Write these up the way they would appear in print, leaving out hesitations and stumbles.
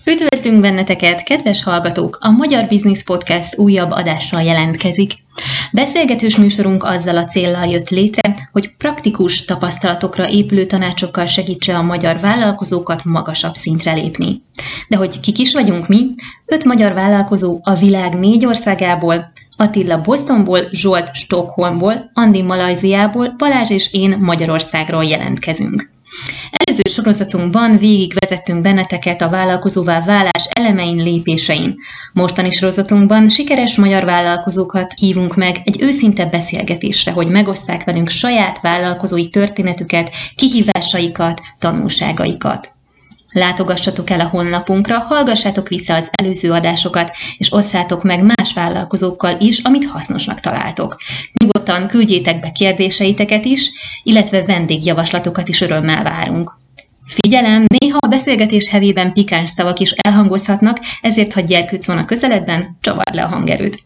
Üdvözlünk benneteket, kedves hallgatók! A Magyar Business Podcast újabb adással jelentkezik. Beszélgetős műsorunk azzal a céllal jött létre, hogy praktikus tapasztalatokra épülő tanácsokkal segítse a magyar vállalkozókat magasabb szintre lépni. De hogy kik is vagyunk mi? 5 magyar vállalkozó a világ 4 országából, Attila Bostonból, Zsolt Stockholmból, Andi Malajziából, Balázs és én Magyarországról jelentkezünk. Előző sorozatunkban végigvezettünk benneteket a vállalkozóvá válás elemein, lépésein. Mostani sorozatunkban sikeres magyar vállalkozókat hívunk meg egy őszinte beszélgetésre, hogy megosszák velünk saját vállalkozói történetüket, kihívásaikat, tanulságaikat. Látogassatok el a honlapunkra, hallgassátok vissza az előző adásokat, és osszátok meg más vállalkozókkal is, amit hasznosnak találtok. Nyugodtan küldjétek be kérdéseiteket is, illetve vendégjavaslatokat is örömmel várunk. Figyelem, néha a beszélgetés hevében pikáns szavak is elhangozhatnak, ezért ha gyerkőc van a közeledben, csavard le a hangerőt.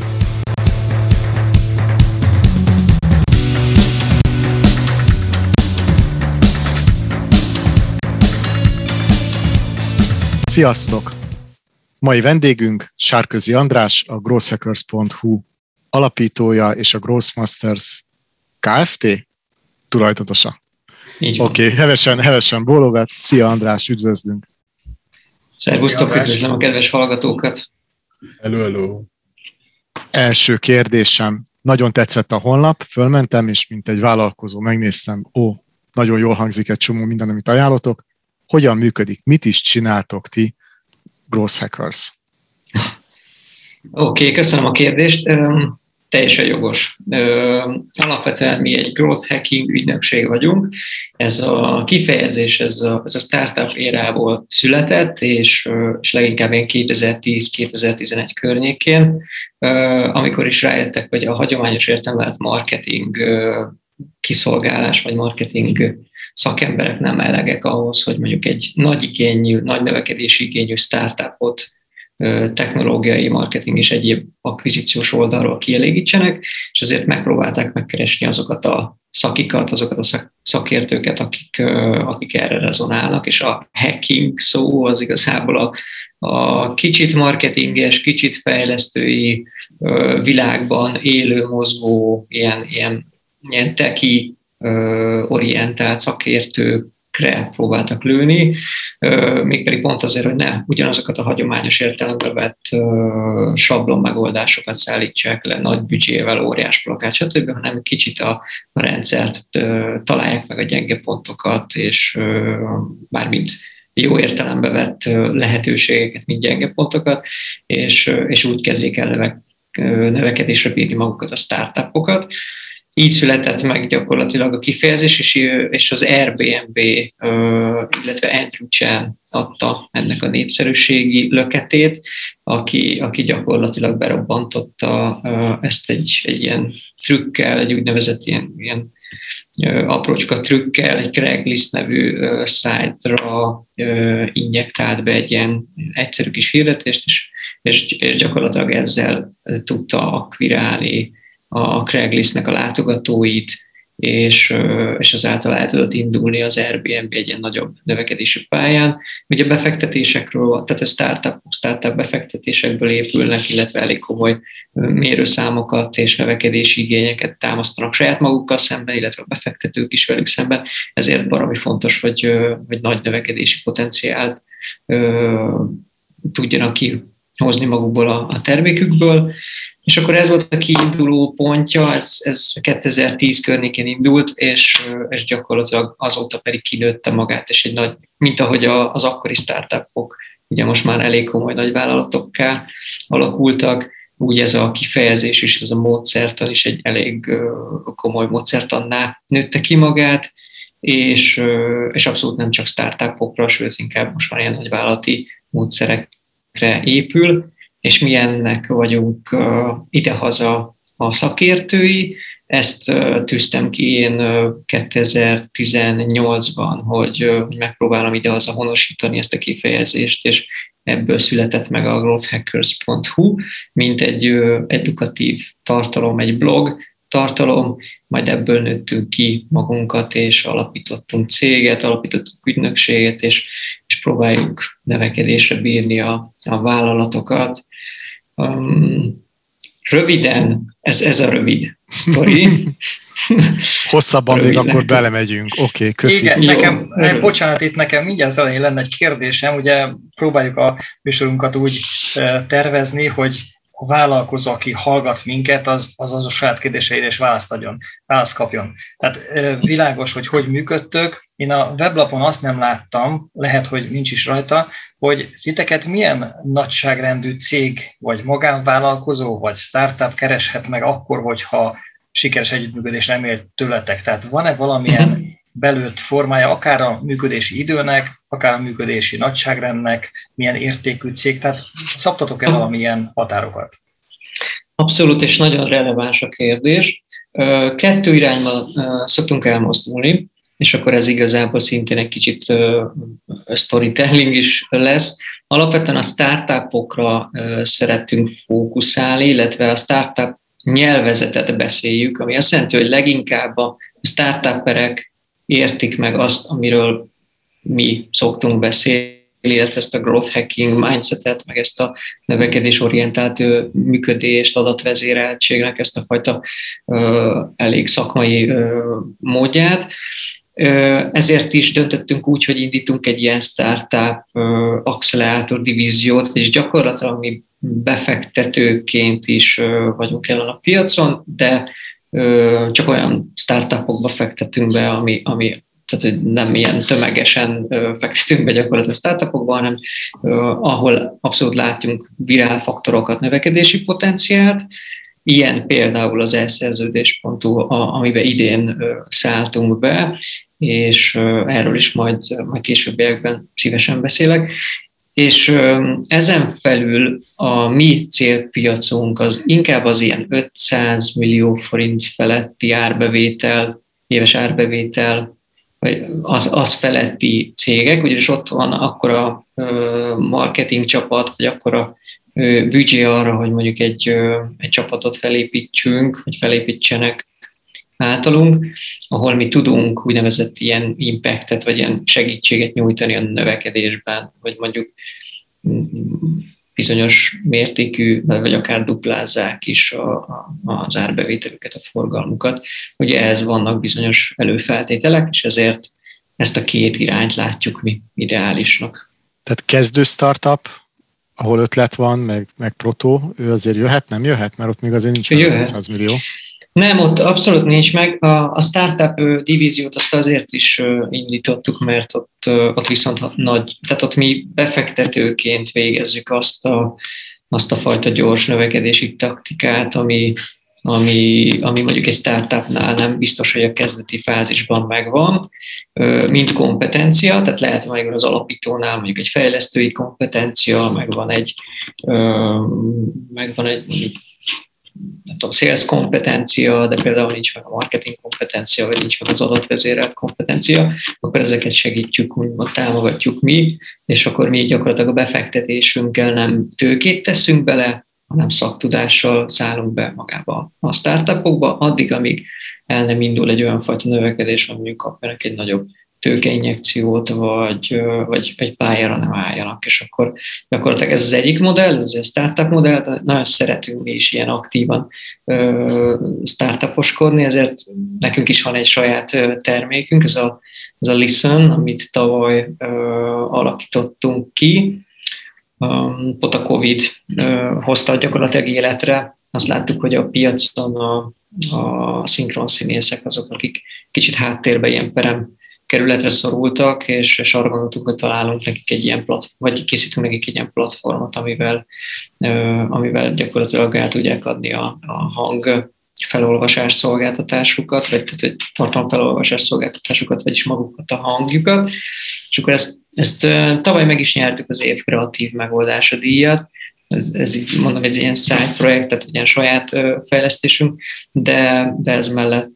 Sziasztok! Mai vendégünk Sárközi András, a growthhackers.hu alapítója és a Growthmasters Kft. Tulajdonosa. Oké, hevesen bólogat. Szia András, üdvözlünk! Szervusztok, üdvözlöm a kedves hallgatókat! Hello! Első kérdésem. Nagyon tetszett a honlap, fölmentem, és mint egy vállalkozó megnéztem, nagyon jól hangzik egy csomó minden, amit ajánlotok. Hogyan működik? Mit is csináltok ti, Growth Hackers? Oké, köszönöm a kérdést. Teljesen jogos. Alapvetően mi egy growth hacking ügynökség vagyunk. Ez a kifejezés, ez a startup érából született, és leginkább ilyen 2010-2011 környékén, amikor is rájöttek, hogy a hagyományos értelemben marketing kiszolgálás, vagy marketing szakemberek nem elegek ahhoz, hogy mondjuk egy nagy növekedési igényű startupot technológiai, marketing és egyéb akvizíciós oldalról kielégítsenek, és ezért megpróbálták megkeresni azokat a szakikat, azokat a szakértőket, akik erre rezonálnak, és a hacking szó az igazából a kicsit marketinges, kicsit fejlesztői világban élő, mozgó, ilyen teki orientált szakértőkre próbáltak lőni, mégpedig pont azért, hogy ne ugyanazokat a hagyományos értelembe vett sablon megoldásokat szállítsák le nagy büdzsével, óriás plakát, stb., hanem kicsit a rendszert találják meg a gyenge pontokat, és mármint jó értelembe vett lehetőségeket, mint gyenge pontokat, és úgy kezdjék el növekedésre bírni magukat a startupokat. Így született meg gyakorlatilag a kifejezés, és az Airbnb, illetve Andrew Chen adta ennek a népszerűségi löketét, aki gyakorlatilag berobbantotta ezt egy ilyen trükkel, egy úgynevezett ilyen aprócska trükkel, egy Craigslist nevű szájtra injektált be egy ilyen egyszerű kis hirdetést, és gyakorlatilag ezzel tudta akvirálni a Craigslistnek a látogatóit, és azáltal el tudott indulni az Airbnb egy ilyen nagyobb növekedési pályán. Ugye befektetésekről, tehát a startup befektetésekből épülnek, illetve elég komoly mérőszámokat és növekedési igényeket támasztanak saját magukkal szemben, illetve a befektetők is velük szemben. Ezért baromi fontos, hogy nagy növekedési potenciált tudjanak kihozni magukból a termékükből. És akkor ez volt a kiinduló pontja, ez 2010 környékén indult, és gyakorlatilag azóta pedig kinőtte magát, és egy nagy, mint ahogy az akkori startupok ugye most már elég komoly nagyvállalatokká alakultak, úgy ez a kifejezés és ez a módszertan is egy elég komoly módszertanná nőtte ki magát, és abszolút nem csak startupokra, sőt inkább most már ilyen nagyvállalati módszerekre épül, és mi ennek vagyunk idehaza a szakértői. Ezt tűztem ki én 2018-ban, hogy megpróbálom idehaza honosítani ezt a kifejezést, és ebből született meg a growthhackers.hu, mint egy edukatív tartalom, egy blog, tartalom, majd ebből nőttünk ki magunkat, és alapítottunk céget, alapítottunk ügynökséget, és próbáljuk növekedésre bírni a vállalatokat. Röviden, ez a rövid sztori. Hosszabban még akkor belemegyünk. Oké, köszönöm. Igen, bocsánat, itt nekem mindjárt elején lenne egy kérdésem. Ugye próbáljuk a műsorunkat úgy tervezni, hogy a vállalkozó, aki hallgat minket, az a saját kérdéseire is választ kapjon. Tehát világos, hogy működtök. Én a weblapon azt nem láttam, lehet, hogy nincs is rajta, hogy titeket milyen nagyságrendű cég, vagy magánvállalkozó, vagy startup kereshet meg akkor, hogyha sikeres együttműködés remél tőletek. Tehát van-e valamilyen belőtt formája, akár a működési időnek, akár a működési nagyságrendnek, milyen értékű cég, tehát szabtatok-e valamilyen határokat? Abszolút, és nagyon releváns a kérdés. 2 irányba szoktunk elmozdulni, és akkor ez igazából szintén egy kicsit storytelling is lesz. Alapvetően a startupokra szeretünk fókuszálni, illetve a startup nyelvezetet beszéljük, ami azt jelenti, hogy leginkább a startupperek értik meg azt, amiről mi szoktunk beszélni, illetve ezt a growth hacking mindsetet, meg ezt a növekedésorientált működést, adatvezéreltségnek ezt a fajta elég szakmai módját. Ezért is döntöttünk úgy, hogy indítunk egy ilyen startup accelerátor divíziót, és gyakorlatilag mi befektetőként is vagyunk jelen a piacon, de csak olyan startupokba fektetünk be, ami tehát hogy nem ilyen tömegesen fektetünk be gyakorlatilag startupokba, hanem ahol abszolút látjunk virálfaktorokat, növekedési potenciált. Ilyen például az elszerződés.hu, amiben idén szálltunk be, és erről is majd későbbiekben szívesen beszélek. És ezen felül a mi célpiacunk az inkább az ilyen 500 millió forint feletti árbevétel, éves árbevétel, vagy az feletti cégek, ugyanis ott van akkora marketing csapat, vagy akkora büdzsé arra, hogy mondjuk egy csapatot felépítsünk, vagy felépítsenek általunk, ahol mi tudunk úgynevezett ilyen impactet, vagy ilyen segítséget nyújtani a növekedésben, vagy mondjuk bizonyos mértékű, vagy akár duplázzák is az árbevételüket, a forgalmukat. Ugye ehhez vannak bizonyos előfeltételek, és ezért ezt a 2 irányt látjuk mi ideálisnak. Tehát kezdő startup, ahol ötlet van, meg proto, ő azért jöhet, nem jöhet? Mert ott még azért nincs meg 500 millió. Nem, ott abszolút nincs meg. A startup divíziót azt azért is indítottuk, mert ott viszont nagy, tehát ott mi befektetőként végezzük azt a fajta gyors növekedési taktikát, ami mondjuk egy startupnál nem biztos, hogy a kezdeti fázisban megvan, mint kompetencia, tehát lehet meg az alapítónál mondjuk egy fejlesztői kompetencia, megvan egy mondjuk nem tudom, sales kompetencia, de például nincs meg a marketing kompetencia, vagy nincs meg az adatvezérelt kompetencia, akkor ezeket segítjük, úgymond támogatjuk mi, és akkor mi gyakorlatilag a befektetésünkkel nem tőkét teszünk bele, hanem szaktudással szállunk be magába a startupokba, addig, amíg el nem indul egy olyan fajta növekedés, hogy mondjuk kapjanak egy nagyobb tőkeinjekciót, vagy egy pályára nem álljanak. És akkor gyakorlatilag ez az egyik modell, ez a startup modell, nagyon szeretünk mi is ilyen aktívan startuposkodni, ezért nekünk is van egy saját termékünk, ez a Listen, amit tavaly alakítottunk ki. Ott a Covid hozta gyakorlatilag életre. Azt láttuk, hogy a piacon a szinkron színészek azok, akik kicsit háttérbe ilyen perem kerületre szorultak, és arra gondoltunk, hogy találunk nekik egy ilyen vagy készítünk nekik egy ilyen platformot, amivel gyakorlatilag el tudják adni a hang felolvasás szolgáltatásukat, vagy tehát tartalomfelolvasás szolgáltatásukat, vagyis magukat a hangjukat. És akkor ezt tavaly meg is nyertük az év kreatív megoldása díjat. Ez így mondom, egy ilyen side projekt, tehát egy ilyen saját fejlesztésünk, de ez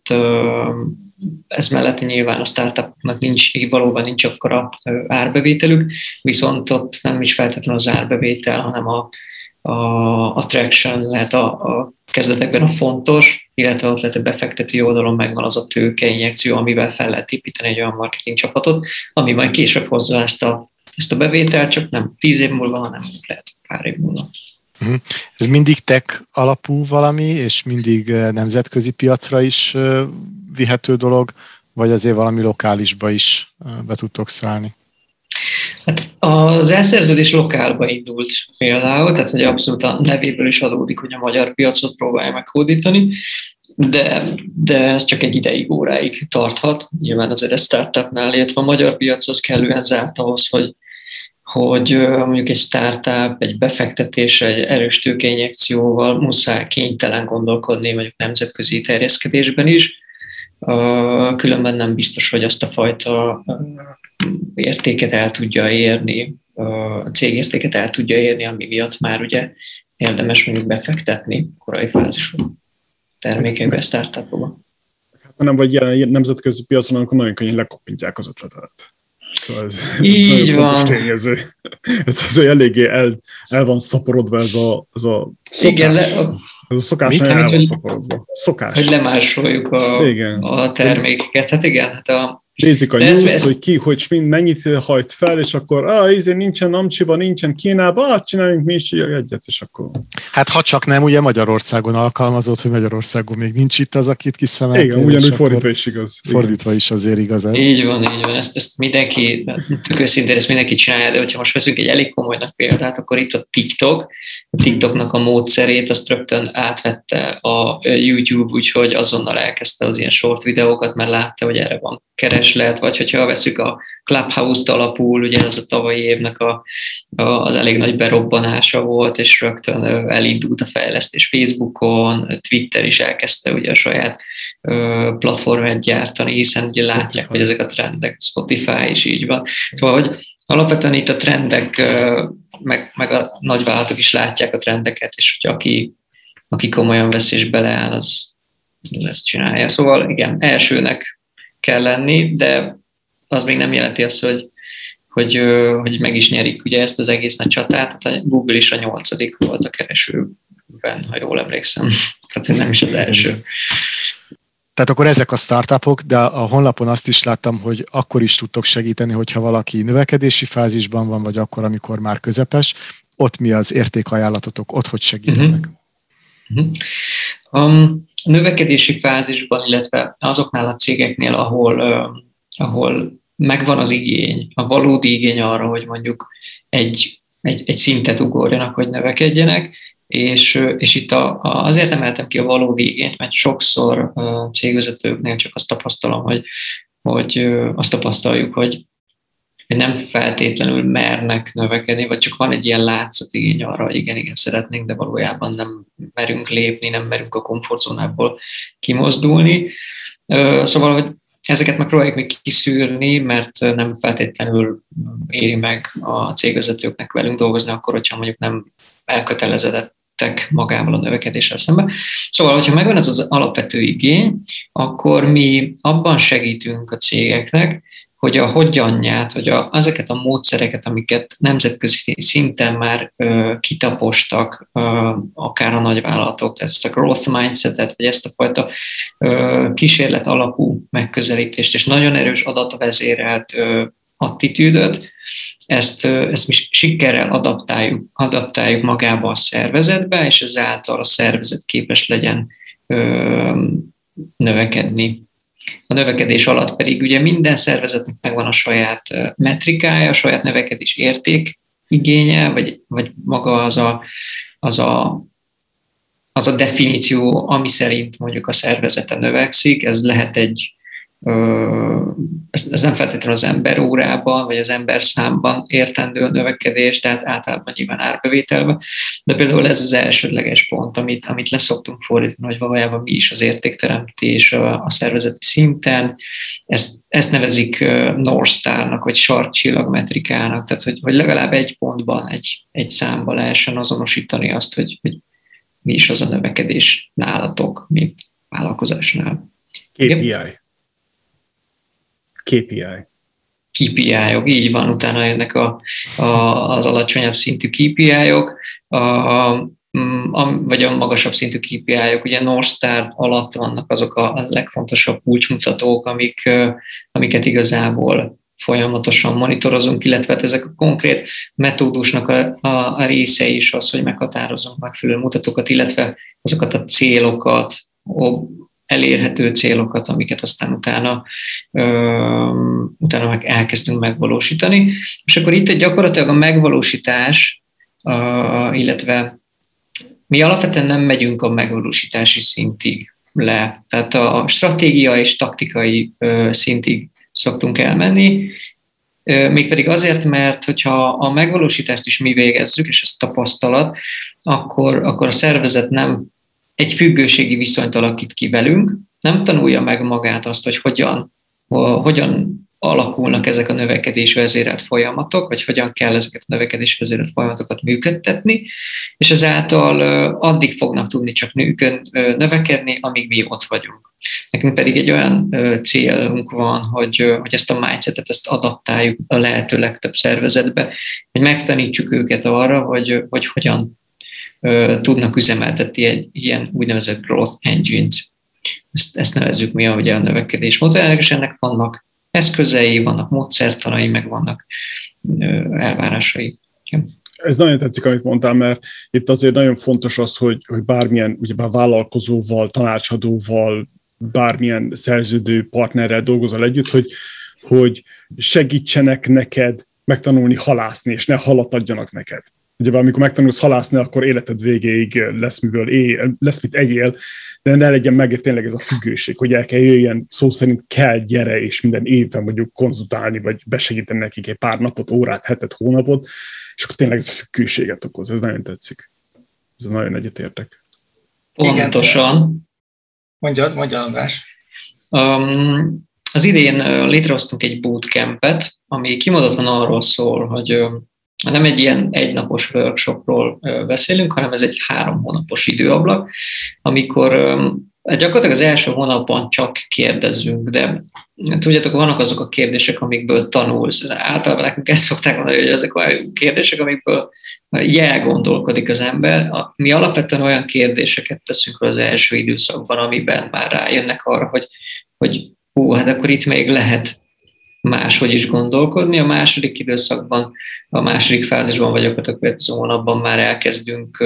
mellett nyilván a startupoknak valóban nincs akkora árbevételük, viszont ott nem is feltétlenül az árbevétel, hanem a traction lehet a kezdetekben a fontos, illetve ott lehet a befektető oldalon megvan az a tőkeinjekció, amivel fel lehet építeni egy olyan marketing csapatot, ami majd később hozza ezt a bevételt, csak nem 10 év múlva, hanem lehet pár év múlva. Ez mindig tech alapú valami, és mindig nemzetközi piacra is vihető dolog, vagy azért valami lokálisba is be tudtok szállni? Hát az elszerződés lokálba indult például, tehát hogy abszolút a nevéből is adódik, hogy a magyar piacot próbálja meghódítani, de ez csak egy ideig, óráig tarthat. Nyilván azért a startupnál, illetve a magyar piac az kellően zárt ahhoz, hogy mondjuk egy startup, egy befektetés, egy erős tőkeinjekcióval muszáj kénytelen gondolkodni, mondjuk nemzetközi terjeszkedésben is. Különben nem biztos, hogy azt a fajta értéket el tudja érni, a cégértéket el tudja érni, ami miatt már ugye érdemes mondjuk befektetni korai fázisban termékekbe, startupokba. Hát nem vagy jelen nemzetközi piacon, akkor nagyon könnyen lekopintják az ötletet. Szóval ez így nagyon van. fontos tényező. Ez azért eléggé el van szaporodva ez a szokás. Igen, ez a szokás nagyon el van szaporodva. Szokás. Hogy lemásoljuk a termékeket. Hát igen, hát nézik a news-t, hogy mennyit hajt fel, és akkor nincsen Amcsiban, nincsen Kínában, csináljunk mi is egyet, és akkor... Hát ha csak nem, ugye Magyarországon alkalmazott, hogy Magyarországon még nincs itt az, akit kiszemeltél. Igen, ugyanúgy fordítva is igaz. Fordítva is azért igaz ez. Így van. Ezt mindenki, tök őszintén ezt mindenki csinálja, de hogyha most veszünk egy elég komoly nagy példát, akkor itt a TikTok. A TikToknak a módszerét azt rögtön átvette a YouTube, úgyhogy azonnal elkezdte az ilyen short videókat, mert látta, hogy erre van kereslet, vagy hogyha veszük a Clubhouse-t alapul, ugye az a tavalyi évnek az elég nagy berobbanása volt, és rögtön elindult a fejlesztés Facebookon, Twitter is elkezdte ugye a saját platformát gyártani, hiszen ugye látják, hogy ezek a trendek, Spotify is így van. Szóval, hogy alapvetően itt a trendek, meg a nagyvállalatok is látják a trendeket, és hogy aki komolyan vesz és beleáll, az ezt csinálja. Szóval igen, elsőnek kell lenni, de az még nem jelenti azt, hogy meg is nyerik ugye ezt az egész nagy csatát. Tehát a Google is a 8. volt a keresőben, ha jól emlékszem. Tehát nem is az első. Tehát akkor ezek a startupok, de a honlapon azt is láttam, hogy akkor is tudtok segíteni, hogyha valaki növekedési fázisban van, vagy akkor, amikor már közepes. Ott mi az értékajánlatotok, ott hogy segítetek? A növekedési fázisban, illetve azoknál a cégeknél, ahol megvan az igény, a valódi igény arra, hogy mondjuk egy szintet ugorjanak, hogy növekedjenek, és itt azért emeltem ki a valódi igényt, mert sokszor cégvezetőknél csak azt tapasztalom, hogy azt tapasztaljuk, hogy nem feltétlenül mernek növekedni, vagy csak van egy ilyen látszatigény arra, hogy igen, szeretnénk, de valójában nem merünk lépni, nem merünk a komfortzónából kimozdulni. Szóval, hogy ezeket megpróbáljuk még kiszűrni, mert nem feltétlenül éri meg a cégvezetőknek velünk dolgozni, akkor, hogyha mondjuk nem elkötelezedettek magával a növekedéssel szemben. Szóval, hogyha megvan ez az alapvető igény, akkor mi abban segítünk a cégeknek, hogy a hogyanját, hogy ezeket a módszereket, amiket nemzetközi szinten már kitapostak, akár a nagyvállalatok, tehát ezt a growth mindsetet, vagy ezt a fajta kísérlet alapú megközelítést, és nagyon erős adatvezérelt attitűdöt, ezt mi sikerrel adaptáljuk magába a szervezetbe, és ezáltal a szervezet képes legyen növekedni. A növekedés alatt pedig ugye minden szervezetnek megvan a saját metrikája, a saját növekedés érték igénye, vagy maga az a definíció, ami szerint mondjuk a szervezete növekszik. Ez lehet ez nem feltétlenül az ember órában, vagy az ember számban értendő a növekedés, tehát általában nyilván árbevételben, de például ez az elsődleges pont, amit leszoktunk fordítani, hogy valójában mi is az értékteremtés a szervezeti szinten. Ezt nevezik North Star-nak, vagy sarkcsillag metrikának, tehát hogy legalább egy pontban, egy számban lehessen azonosítani azt, hogy mi is az a növekedés nálatok, mi vállalkozásnál. KPI. KPI-ok, így van, utána jönnek az alacsonyabb szintű KPI-ok, vagy a magasabb szintű KPI-ok. Ugye North Star alatt vannak azok a legfontosabb kulcsmutatók, amiket igazából folyamatosan monitorozunk, illetve ezek a konkrét metódusnak a része is az, hogy meghatározunk megfelelő mutatókat, illetve azokat a célokat, elérhető célokat, amiket aztán utána meg elkezdünk megvalósítani. És akkor itt gyakorlatilag a megvalósítás, illetve mi alapvetően nem megyünk a megvalósítási szintig le. Tehát a stratégia és taktikai szintig szoktunk elmenni, mégpedig azért, mert hogyha a megvalósítást is mi végezzük, és ez tapasztalat, akkor a szervezet nem egy függőségi viszonyt alakít ki velünk, nem tanulja meg magát azt, hogy hogyan alakulnak ezek a növekedésvezérelt folyamatok, vagy hogyan kell ezeket a növekedésvezérelt folyamatokat működtetni, és ezáltal addig fognak tudni csak növekedni, amíg mi ott vagyunk. Nekünk pedig egy olyan célunk van, hogy ezt a mindsetet, ezt adaptáljuk a lehető legtöbb szervezetbe, hogy megtanítsuk őket arra, hogy hogyan tudnak üzemeltetni egy ilyen úgynevezett growth engine-t. Ezt nevezzük mi ugye a növekedés motorjának, és ennek vannak eszközei, vannak módszertanai, meg vannak elvárásai. Ez nagyon tetszik, amit mondtál, mert itt azért nagyon fontos az, hogy bármilyen ugyebár vállalkozóval, tanácsadóval, bármilyen szerződő partnerrel dolgozol együtt, hogy segítsenek neked megtanulni halászni, és ne halat adjanak neked. Ugye, amikor megtanulsz halászni, akkor életed végéig lesz mit egyél, de ne legyen meg tényleg ez a függőség, hogy el kell jöjjön, szó szerint kell, gyere, és minden évben mondjuk konzultálni, vagy besegíteni nekik egy pár napot, órát, hetet, hónapot, és akkor tényleg ez a függőséget okoz. Ez nagyon tetszik. Ez nagyon egyetértek. Pontosan. Mondjad, András. Az idén létrehoztunk egy bootcampet, ami kimondottan arról szól, hogy nem egy ilyen egynapos workshopról beszélünk, hanem ez egy 3 hónapos időablak, amikor gyakorlatilag az első hónapban csak kérdezünk, de tudjátok, vannak azok a kérdések, amikből tanulsz. Általában nekünk ezt szokták mondani, hogy ezek olyan kérdések, amikből elgondolkodik az ember. Mi alapvetően olyan kérdéseket teszünk az első időszakban, amiben már rájönnek arra, hogy hát akkor itt még lehet máshogy is gondolkodni. A második időszakban, a második fázisban, vagy akkor a következő hónapban már elkezdünk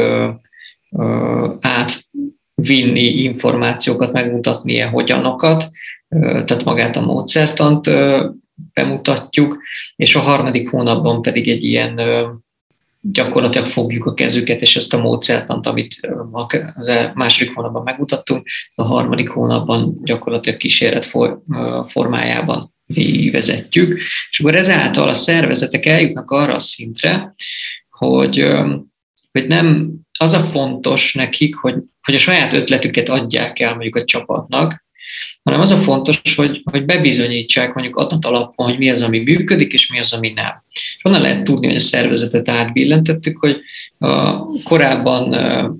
átvinni információkat, megmutatni hogyanokat, tehát magát a módszertant bemutatjuk, és a harmadik hónapban pedig egy ilyen gyakorlatilag fogjuk a kezüket, és ezt a módszertant, amit az második hónapban megmutattunk, a harmadik hónapban gyakorlatilag kísérlet formájában végigvezetjük, és akkor ezáltal a szervezetek eljutnak arra a szintre, hogy nem az a fontos nekik, hogy a saját ötletüket adják el mondjuk a csapatnak, hanem az a fontos, hogy bebizonyítsák mondjuk adat alapon, hogy mi az, ami működik, és mi az, ami nem. És onnan lehet tudni, hogy a szervezetet átbillentettük, hogy korábban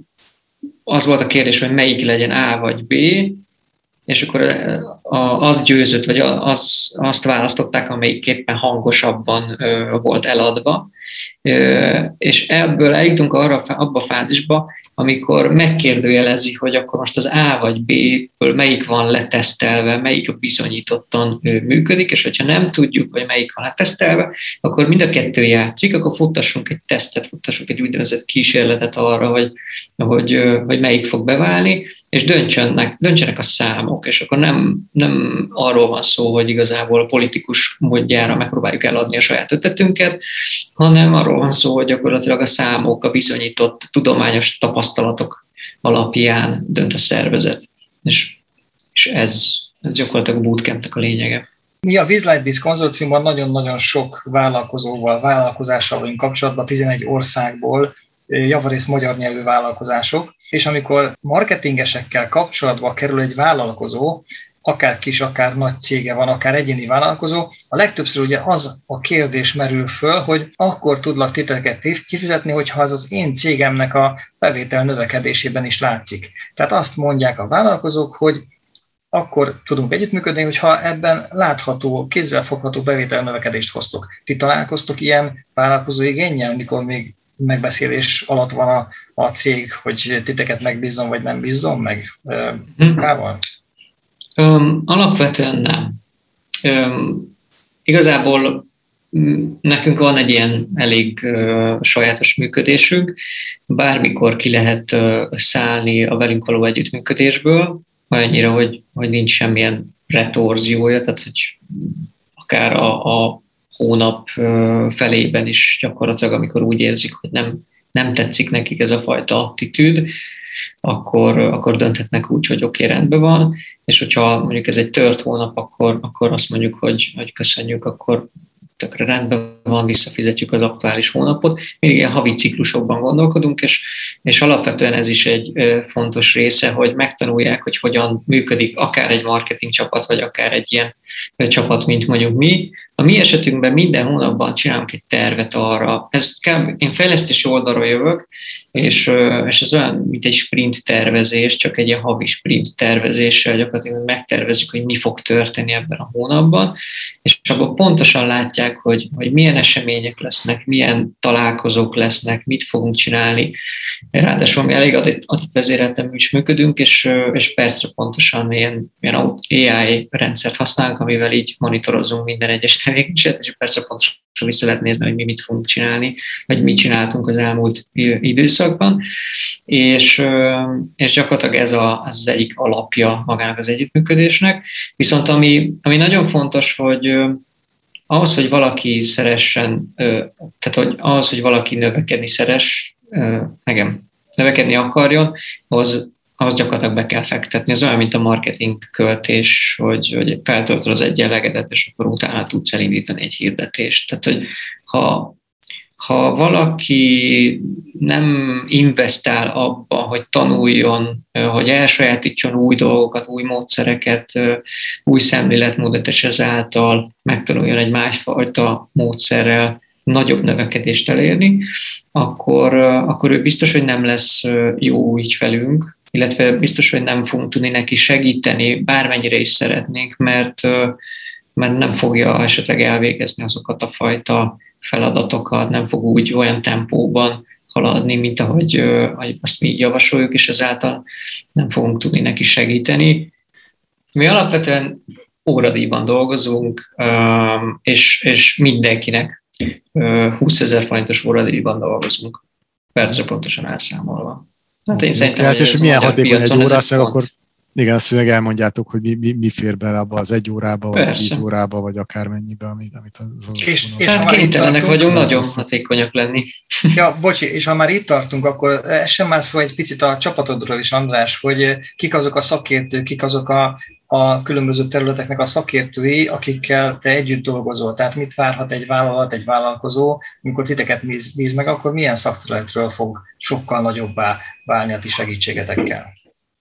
az volt a kérdés, hogy melyik legyen A vagy B, és akkor az győzött, vagy azt választották, amelyik éppen hangosabban volt eladva. És ebből eljutunk abba a fázisba, amikor megkérdőjelezi, hogy akkor most az A vagy B-ből melyik van letesztelve, melyik bizonyítottan működik, és hogyha nem tudjuk, hogy melyik van letesztelve, akkor mind a kettő játszik, akkor futtassunk egy tesztet, futtassunk egy úgynevezett kísérletet arra, hogy melyik fog beválni, és döntsenek a számok, és akkor nem arról van szó, hogy igazából a politikus módjára megpróbáljuk eladni a saját ötletünket, hanem arról van szó, hogy gyakorlatilag a számok, a bizonyított tudományos tapasztalatok alapján dönt a szervezet. És ez gyakorlatilag a bootcampnek a lényege. Mi a Viz Light Biz konzorciumban nagyon-nagyon sok vállalkozással vagyunk kapcsolatban, 11 országból, javarészt magyar nyelvű vállalkozások, és amikor marketingesekkel kapcsolatba kerül egy vállalkozó, akár kis, akár nagy cége van, akár egyéni vállalkozó, a legtöbbször ugye az a kérdés merül föl, hogy akkor tudlak titeket kifizetni, hogyha az én cégemnek a bevétel növekedésében is látszik. Tehát azt mondják a vállalkozók, hogy akkor tudunk együttműködni, hogyha ebben látható, kézzelfogható bevétel növekedést hoztok. Ti találkoztok ilyen vállalkozó igénnyel, mikor még megbeszélés alatt van a cég, hogy titeket megbízzon, vagy nem bízzon meg munkával? Alapvetően nem. Igazából nekünk van egy ilyen elég sajátos működésünk, bármikor ki lehet szállni a velünk való együttműködésből, olyannyira, hogy nincs semmilyen retorziója, tehát hogy akár a hónap felében is gyakorlatilag, amikor úgy érzik, hogy nem tetszik nekik ez a fajta attitűd, akkor dönthetnek úgy, hogy oké, rendben van, és hogyha mondjuk ez egy tört hónap, akkor azt mondjuk, hogy köszönjük, akkor tökre rendben van, visszafizetjük az aktuális hónapot. Még ilyen havi ciklusokban gondolkodunk, és alapvetően ez is egy fontos része, hogy megtanulják, hogy hogyan működik akár egy marketing csapat, vagy akár egy ilyen csapat, mint mondjuk mi. A mi esetünkben minden hónapban csinálunk egy tervet arra. Én fejlesztési oldalról jövök, és ez olyan, mint egy sprint tervezés, csak egy ilyen havi sprint tervezéssel gyakorlatilag megtervezzük, hogy mi fog történni ebben a hónapban, és abban pontosan látják, hogy milyen események lesznek, milyen találkozók lesznek, mit fogunk csinálni. Ráadásul mi elég adatvezérelten is működünk, és percre pontosan ilyen AI rendszert használunk, amivel így monitorozunk minden egyes tevékenységet, és persze pontosan vissza lehet nézni, hogy mi mit fogunk csinálni, vagy mit csináltunk az elmúlt időszakban, és gyakorlatilag ez az egyik alapja magának az együttműködésnek. Viszont ami nagyon fontos, hogy ahhoz, hogy valaki szeressen, tehát hogy ahhoz, hogy valaki növekedni növekedni akarjon, ahhoz gyakorlatilag be kell fektetni. Ez olyan, mint a marketing költés, hogy feltöltöd az egyenlegedet, és akkor utána tudsz elindítani egy hirdetést. Tehát, hogy ha valaki nem investál abba, hogy tanuljon, hogy elsajátítson új dolgokat, új módszereket, új szemléletmódot, és ezáltal megtanuljon egy másfajta módszerrel nagyobb növekedést elérni, akkor ő biztos, hogy nem lesz jó ügyfelünk, illetve biztos, hogy nem fogunk tudni neki segíteni, bármennyire is szeretnénk, mert nem fogja esetleg elvégezni azokat a fajta feladatokat, nem fog úgy olyan tempóban haladni, mint ahogy azt mi javasoljuk, és ezáltal nem fogunk tudni neki segíteni. Mi alapvetően óradíjban dolgozunk, és mindenkinek 20 000 forintos óradíjban dolgozunk, percre pontosan elszámolva. Hát én szerintem, hát és milyen hatékony egy óra, azt meg akkor igen, azt meg elmondjátok, hogy mi fér bele abba az 1 órába, vagy 10 órába, vagy akármennyibe, amit és hát kénytelenek vagyunk nagyon hatékonyak lenni. Ja, bocsi, és ha már itt tartunk, akkor sem már szó egy picit a csapatodról is, András, hogy kik azok a szakértők, kik azok a különböző területeknek a szakértői, akikkel te együtt dolgozol. Tehát mit várhat egy vállalat, egy vállalkozó, amikor titeket bíz meg, akkor milyen szakterületről fog sokkal nagyobbá válni a ti segítségetekkel?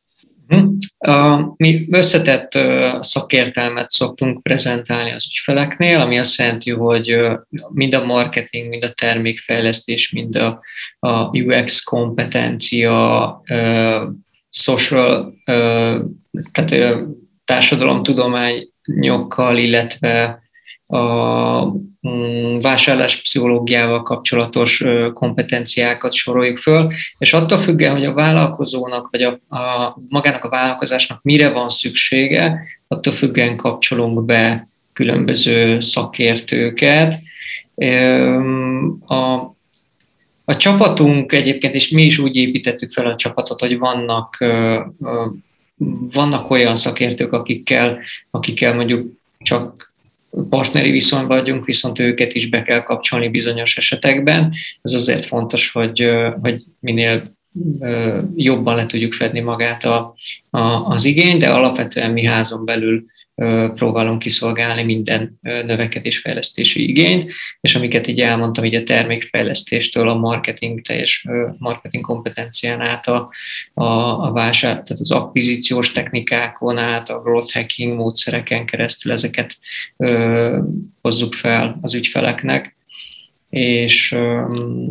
Mi összetett szakértelmet szoktunk prezentálni az ügyfeleknél, ami azt jelenti, hogy mind a marketing, mind a termékfejlesztés, mind a UX kompetencia, social, tehát társadalomtudományokkal, illetve a vásárláspszichológiával kapcsolatos kompetenciákat soroljuk föl, és attól függően, hogy a vállalkozónak, vagy magának a vállalkozásnak mire van szüksége, attól függően kapcsolunk be különböző szakértőket. A csapatunk egyébként, és mi is úgy építettük fel a csapatot, hogy vannak olyan szakértők, akikkel mondjuk csak partneri viszonyban vagyunk, viszont őket is be kell kapcsolni bizonyos esetekben. Ez azért fontos, hogy minél jobban le tudjuk fedni magát az igényt, de alapvetően mi házon belül próbálunk kiszolgálni minden növekedésfejlesztési igényt, és amiket így elmondtam, így a termékfejlesztéstől a marketing, teljes marketing kompetencián át a vásár, tehát az akvizíciós technikákon át, a growth hacking módszereken keresztül ezeket hozzuk fel az ügyfeleknek, és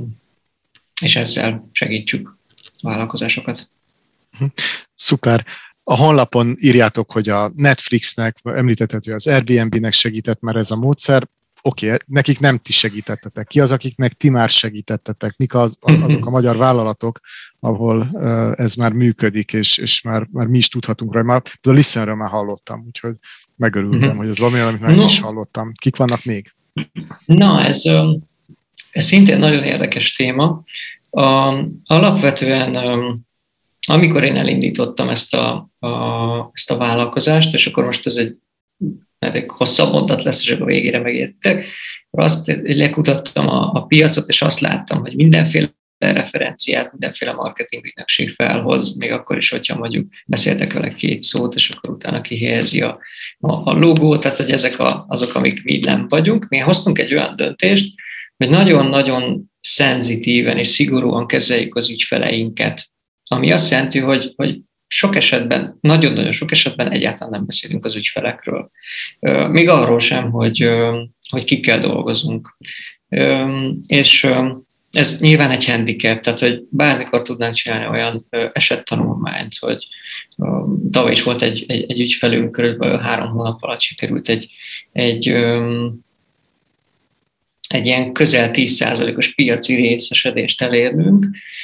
ezzel segítsük a vállalkozásokat. Szuper. A honlapon írjátok, hogy a Netflixnek, említetted, hogy az Airbnb-nek segített már ez a módszer. Oké, nekik nem ti segítettetek. Ki az, akiknek ti már segítettetek? Mik azok a magyar vállalatok, ahol ez már működik, és már mi is tudhatunk rá. Már a Listenről már hallottam, úgyhogy megörültem, hogy ez valami, amit már is hallottam. Kik vannak még? Na, ez szintén nagyon érdekes téma. Alapvetően, amikor én elindítottam ezt a vállalkozást, és akkor most ez egy hosszabb mondat lesz, és akkor a végére megértek, azt lekutattam a piacot, és azt láttam, hogy mindenféle referenciát, mindenféle marketing ügynökség felhoz, még akkor is, hogyha mondjuk beszéltek vele 2 szót, és akkor utána kihelyezi a logót, tehát hogy ezek azok, amik mi nem vagyunk. Mi hoztunk egy olyan döntést, hogy nagyon-nagyon szenzitíven és szigorúan kezeljük az ügyfeleinket, ami azt jelenti, hogy sok esetben, nagyon-nagyon sok esetben egyáltalán nem beszélünk az ügyfelekről. Még arról sem, hogy kikkel dolgozunk. És ez nyilván egy handicap, tehát hogy bármikor tudnánk csinálni olyan esettanulmányt, hogy tavaly is volt egy ügyfelünk, körülbelül 3 hónap alatt sikerült egy ilyen közel 10%-os piaci részesedést elérnünk,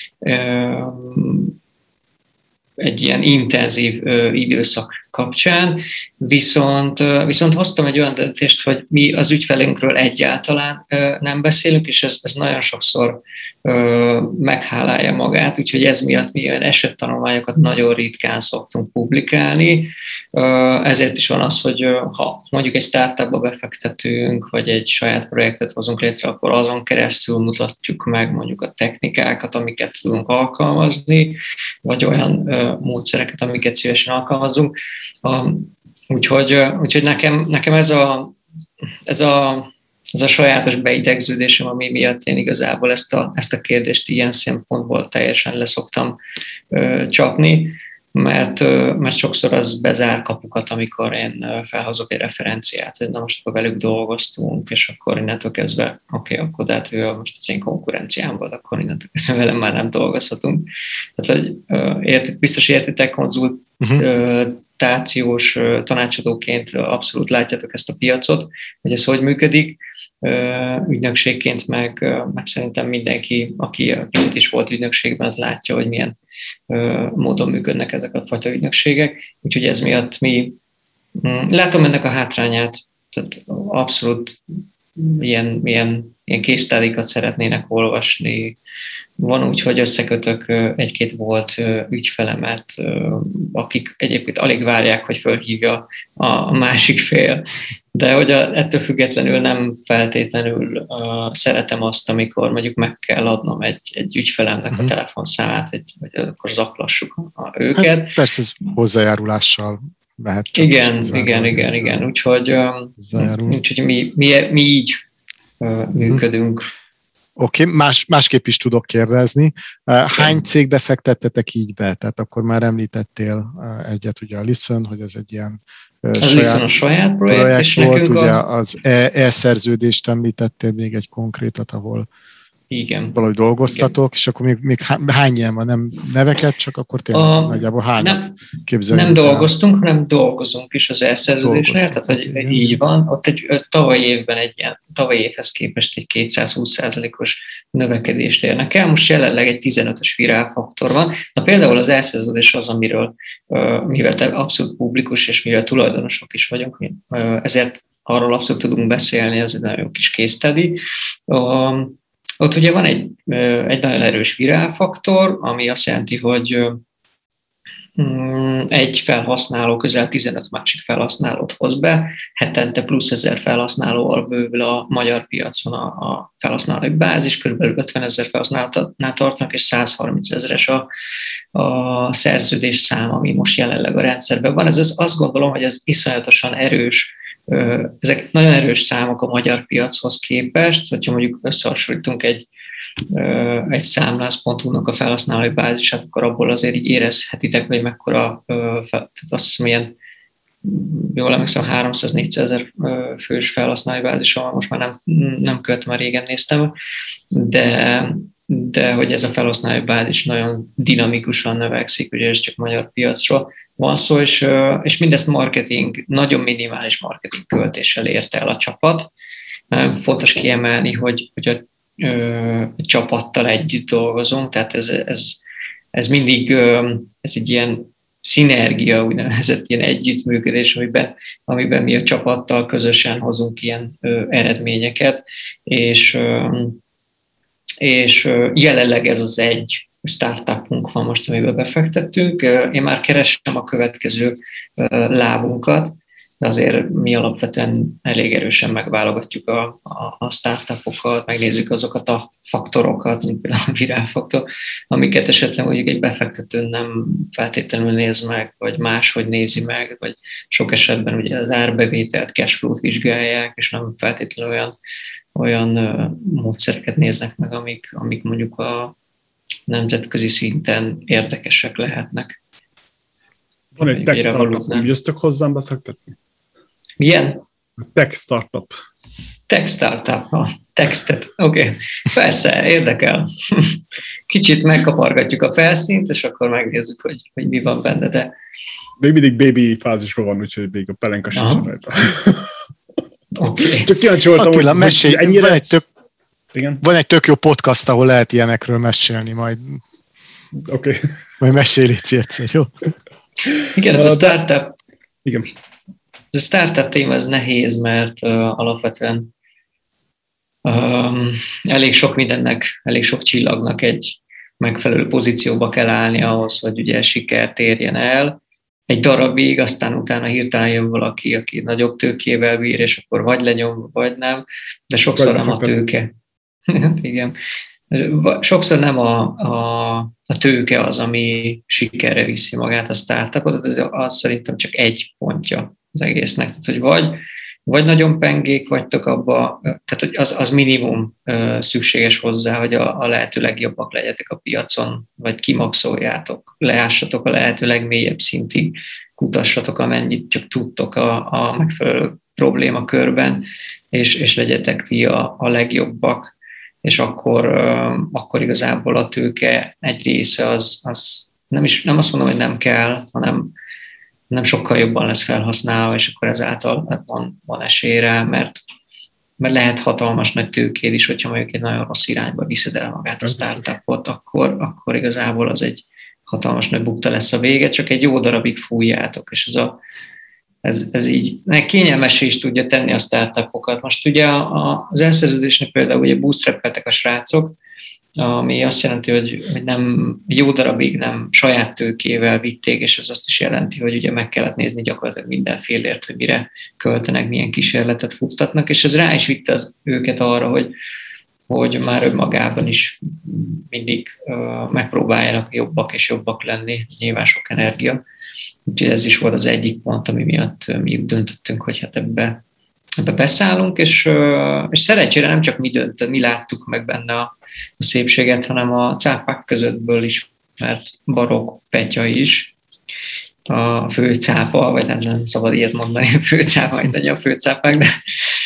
egy ilyen intenzív időszak kapcsán, viszont hoztam egy olyan döntést, hogy mi az ügyfelünkről egyáltalán nem beszélünk, és ez nagyon sokszor meghálálja magát, úgyhogy ez miatt mi olyan esettanulmányokat nagyon ritkán szoktunk publikálni. Ezért is van az, hogy ha mondjuk egy startupba befektetünk, vagy egy saját projektet hozunk létre, akkor azon keresztül mutatjuk meg mondjuk a technikákat, amiket tudunk alkalmazni, vagy olyan módszereket, amiket szívesen alkalmazunk. Úgyhogy nekem ez a sajátos beidegződésem, ami miatt én igazából ezt a kérdést ilyen szempontból teljesen leszoktam csapni, mert sokszor az bezár kapukat, amikor én felhozok egy referenciát, hogy na most akkor velük dolgoztunk, és akkor innentől kezdve, akkor de hát ő most az én konkurenciám volt, akkor innentől kezdve velem már nem dolgozhatunk. Tehát, hogy biztos értitek, konzultációs tanácsadóként abszolút látjátok ezt a piacot, hogy ez hogy működik. Ügynökségként meg szerintem mindenki, aki picit is volt ügynökségben, az látja, hogy milyen módon működnek ezek a fajta ügynökségek. Úgyhogy ez miatt látom ennek a hátrányát, tehát abszolút ilyen case study-kat szeretnének olvasni. Van úgy, hogy összekötök 1-2 volt ügyfelemet, akik egyébként alig várják, hogy fölhívja a másik fél. De hogy ettől függetlenül nem feltétlenül szeretem azt, amikor mondjuk meg kell adnom egy ügyfelemnek a telefonszámát, hogy akkor zaklassuk őket. Hát persze ez hozzájárulással lehet. Igen. Úgyhogy mi így működünk. Oké, másképp is tudok kérdezni. Hány cégbe fektettetek így be? Tehát akkor már említettél egyet, ugye a Listen, hogy ez egy ilyen saját projekt és volt, nekünk ugye az e-szerződést említettél, még egy konkrétat, ahol igen. valahogy dolgoztatok, és akkor még hány ilyen van? Nem neveket, csak akkor tényleg nagyjából hányat képzeljük? Nem dolgoztunk, hanem dolgozunk is az e-szerződésnél, tehát hogy így van. Ott tavaly évhez képest egy 220%-os növekedést érnek el. Most jelenleg egy 15-ös virálfaktor van. Na például az e-szerződés az, mivel te abszolút publikus, és mivel tulajdonosok is vagyunk, ezért arról abszolút tudunk beszélni, ez egy nagyon kis case study. Ott ugye van egy nagyon erős virálfaktor, ami azt jelenti, hogy egy felhasználó közel 15 másik felhasználót hoz be, hetente plusz 1000 felhasználóval bővül a magyar piacon a felhasználói bázis, kb. 50 000 felhasználónál tartanak, és 130 000-es a szerződés szám, ami most jelenleg a rendszerben van. Azt gondolom, hogy ez iszonyatosan erős. Ezek nagyon erős számok a magyar piachoz képest, hogyha mondjuk összehasonlítunk egy számlász.hu-nak a felhasználói bázisát, akkor abból azért így érezhetitek, hogy mekkora, tehát azt hiszem, ilyen, jól emlékszem, 300-400 000 fős felhasználói bázis, most már nem követem, már régen néztem, de de hogy ez a felhasználói bázis nagyon dinamikusan növekszik, ugye ez csak magyar piacról van szó, és mindezt nagyon minimális marketing költéssel érte el a csapat. Fontos kiemelni, hogy a csapattal együtt dolgozunk, tehát ez mindig ez egy ilyen szinergia, úgynevezett ilyen együttműködés, amiben mi a csapattal közösen hozunk ilyen eredményeket, és jelenleg ez az egy startupunk van most, amiben befektettünk. Én már keresem a következő lábunkat, de azért mi alapvetően elég erősen megválogatjuk a startupokat, megnézzük azokat a faktorokat, mint például a virálfaktor, amiket esetleg mondjuk egy befektető nem feltétlenül néz meg, vagy máshogy nézi meg, vagy sok esetben ugye az árbevételt, cashflow-t vizsgálják, és nem feltétlenül olyan módszereket néznek meg, amik mondjuk a nemzetközi szinten érdekesek lehetnek. Van egy tech startup, nem jöztök hozzám befektetni? Milyen? Tech startup. Tech startup, textet, oké. Persze, érdekel. Kicsit megkapargatjuk a felszínt, és akkor megnézzük, hogy mi van benne, de... Még mindig baby fázisban van, úgyhogy még a pelenka sincsen rajta. Okay. Csak kíváncsi voltam, Attila, hogy mesélj, ennyire... Van egy tök jó podcast, ahol lehet ilyenekről mesélni majd. Okay. Majd mesélj egyszer, jó? Igen, ez a startup. Igen. Ez a startup téma, ez nehéz, mert alapvetően elég sok mindennek, elég sok csillagnak egy megfelelő pozícióba kell állni ahhoz, hogy ugye sikert érjen el. Egy darabig, aztán utána hirtelen jön valaki, aki nagyobb tőkével bír, és akkor vagy lenyom, vagy nem, de sokszor nem a tőke. Igen. Sokszor nem a tőke az, ami sikerre viszi magát a startupot, az szerintem csak egy pontja az egésznek. Tehát, hogy vagy nagyon pengék vagytok abba, tehát hogy az minimum szükséges hozzá, hogy a lehető legjobbak legyetek a piacon, vagy kimaxoljátok, leássatok a lehető legmélyebb szintig, kutassatok, amennyit csak tudtok a megfelelő problémakörben, és legyetek ti a legjobbak, és akkor igazából a tőke egy része az nem azt mondom, hogy nem kell, hanem nem sokkal jobban lesz felhasználva, és akkor ezáltal van esélyre, mert lehet hatalmas nagy tőkéd is, hogyha mondjuk egy nagyon rossz irányba viszed el magát a startupot, akkor igazából az egy hatalmas nagy bukta lesz a vége, csak egy jó darabig fújjátok, és ez így kényelmessé is tudja tenni a startupokat. Most ugye az elszerződésnek például ugye bootstrapeltek a srácok, ami azt jelenti, hogy nem jó darabig nem saját tőkével vitték, és ez azt is jelenti, hogy ugye meg kellett nézni gyakorlatilag mindenfélért, hogy mire költenek, milyen kísérletet futtatnak, és ez rá is vitte őket arra, hogy már önmagában is mindig megpróbáljanak jobbak és jobbak lenni, nyilván sok energia. Úgyhogy ez is volt az egyik pont, ami miatt mi döntöttünk, hogy hát ebbe beszállunk, és szerencsére nem csak mi láttuk meg benne a szépséget, hanem a cápák közöttből is, mert Barokk Petya is, a főcápa, vagy nem szabad ilyet mondani, főcápa, mindegy a főcápák, de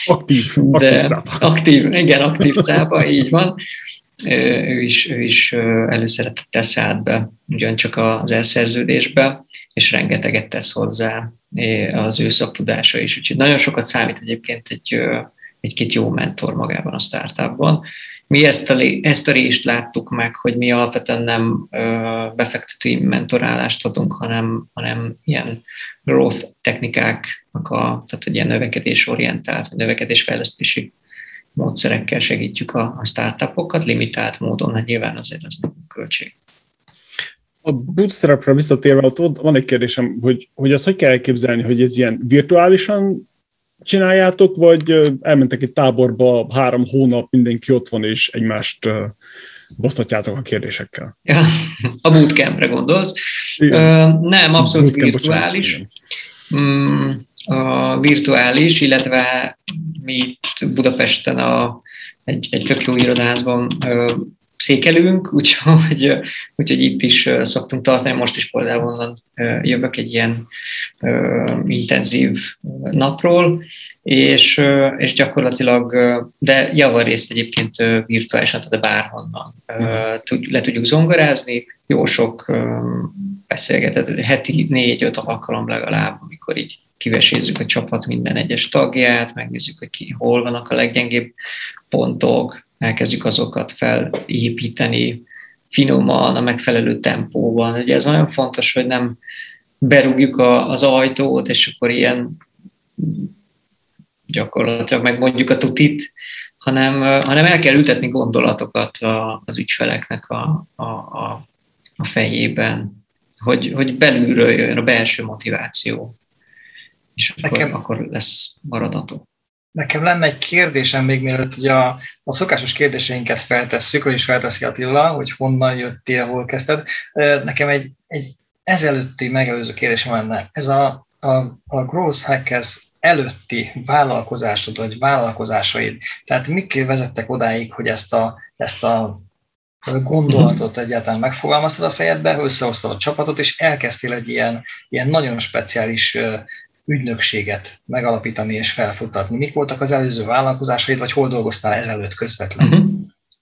aktív cápa, így van. Ő is előszeretettel szállt be ugyancsak az elszerződésbe, és rengeteget tesz hozzá az ő szaktudása is. Úgyhogy nagyon sokat számít egyébként egy-két jó mentor magában a startupban. Mi ezt a részt láttuk meg, hogy mi alapvetően nem befektetői mentorálást adunk, hanem ilyen growth technikáknak, tehát egy ilyen növekedésorientált, növekedésfejlesztési módszerekkel segítjük a startupokat, limitált módon, hát nyilván azért az nem költség. A bootstrapra visszatérve, ott van egy kérdésem, hogy azt hogy kell elképzelni, hogy ez ilyen virtuálisan csináljátok, vagy elmentek egy táborba 3 hónap, mindenki ott van, és egymást basztatjátok a kérdésekkel? Ja, a bootcampre gondolsz? Nem, abszolút virtuális. A virtuális, illetve mi itt Budapesten egy tök jó irodázban székelünk, úgyhogy itt is szoktunk tartani, most is például onnan jövök egy ilyen intenzív napról, és gyakorlatilag, de javarészt egyébként virtuálisan, tehát bárhonnan le tudjuk zongorázni, jó sok beszélgetet, heti 4-5 alkalom legalább, amikor így kivesézzük a csapat minden egyes tagját, megnézzük, hogy hol vannak a leggyengébb pontok, elkezdjük azokat felépíteni finoman, a megfelelő tempóban. Ugye ez nagyon fontos, hogy nem berúgjuk az ajtót, és akkor ilyen gyakorlatilag megmondjuk a tutit, hanem el kell ültetni gondolatokat az ügyfeleknek a fejében, hogy belülről jöjjön a belső motiváció, és akkor lesz maradható. Nekem lenne egy kérdésem még mielőtt, hogy a szokásos kérdéseinket feltesszük, hogy is felteszi Attila, hogy honnan jöttél, hol kezdted. Nekem egy ezelőtti megelőző kérdésem lenne. Ez a Growth Hackers előtti vállalkozásod, vagy vállalkozásaid, tehát mik vezettek odáig, hogy ezt a gondolatot egyáltalán megfogalmaztad a fejedbe, összehoztad a csapatot, és elkezdtél egy ilyen nagyon speciális ügynökséget megalapítani és felfuttatni. Mik voltak az előző vállalkozásaid, vagy hol dolgoztál ezelőtt közvetlenül?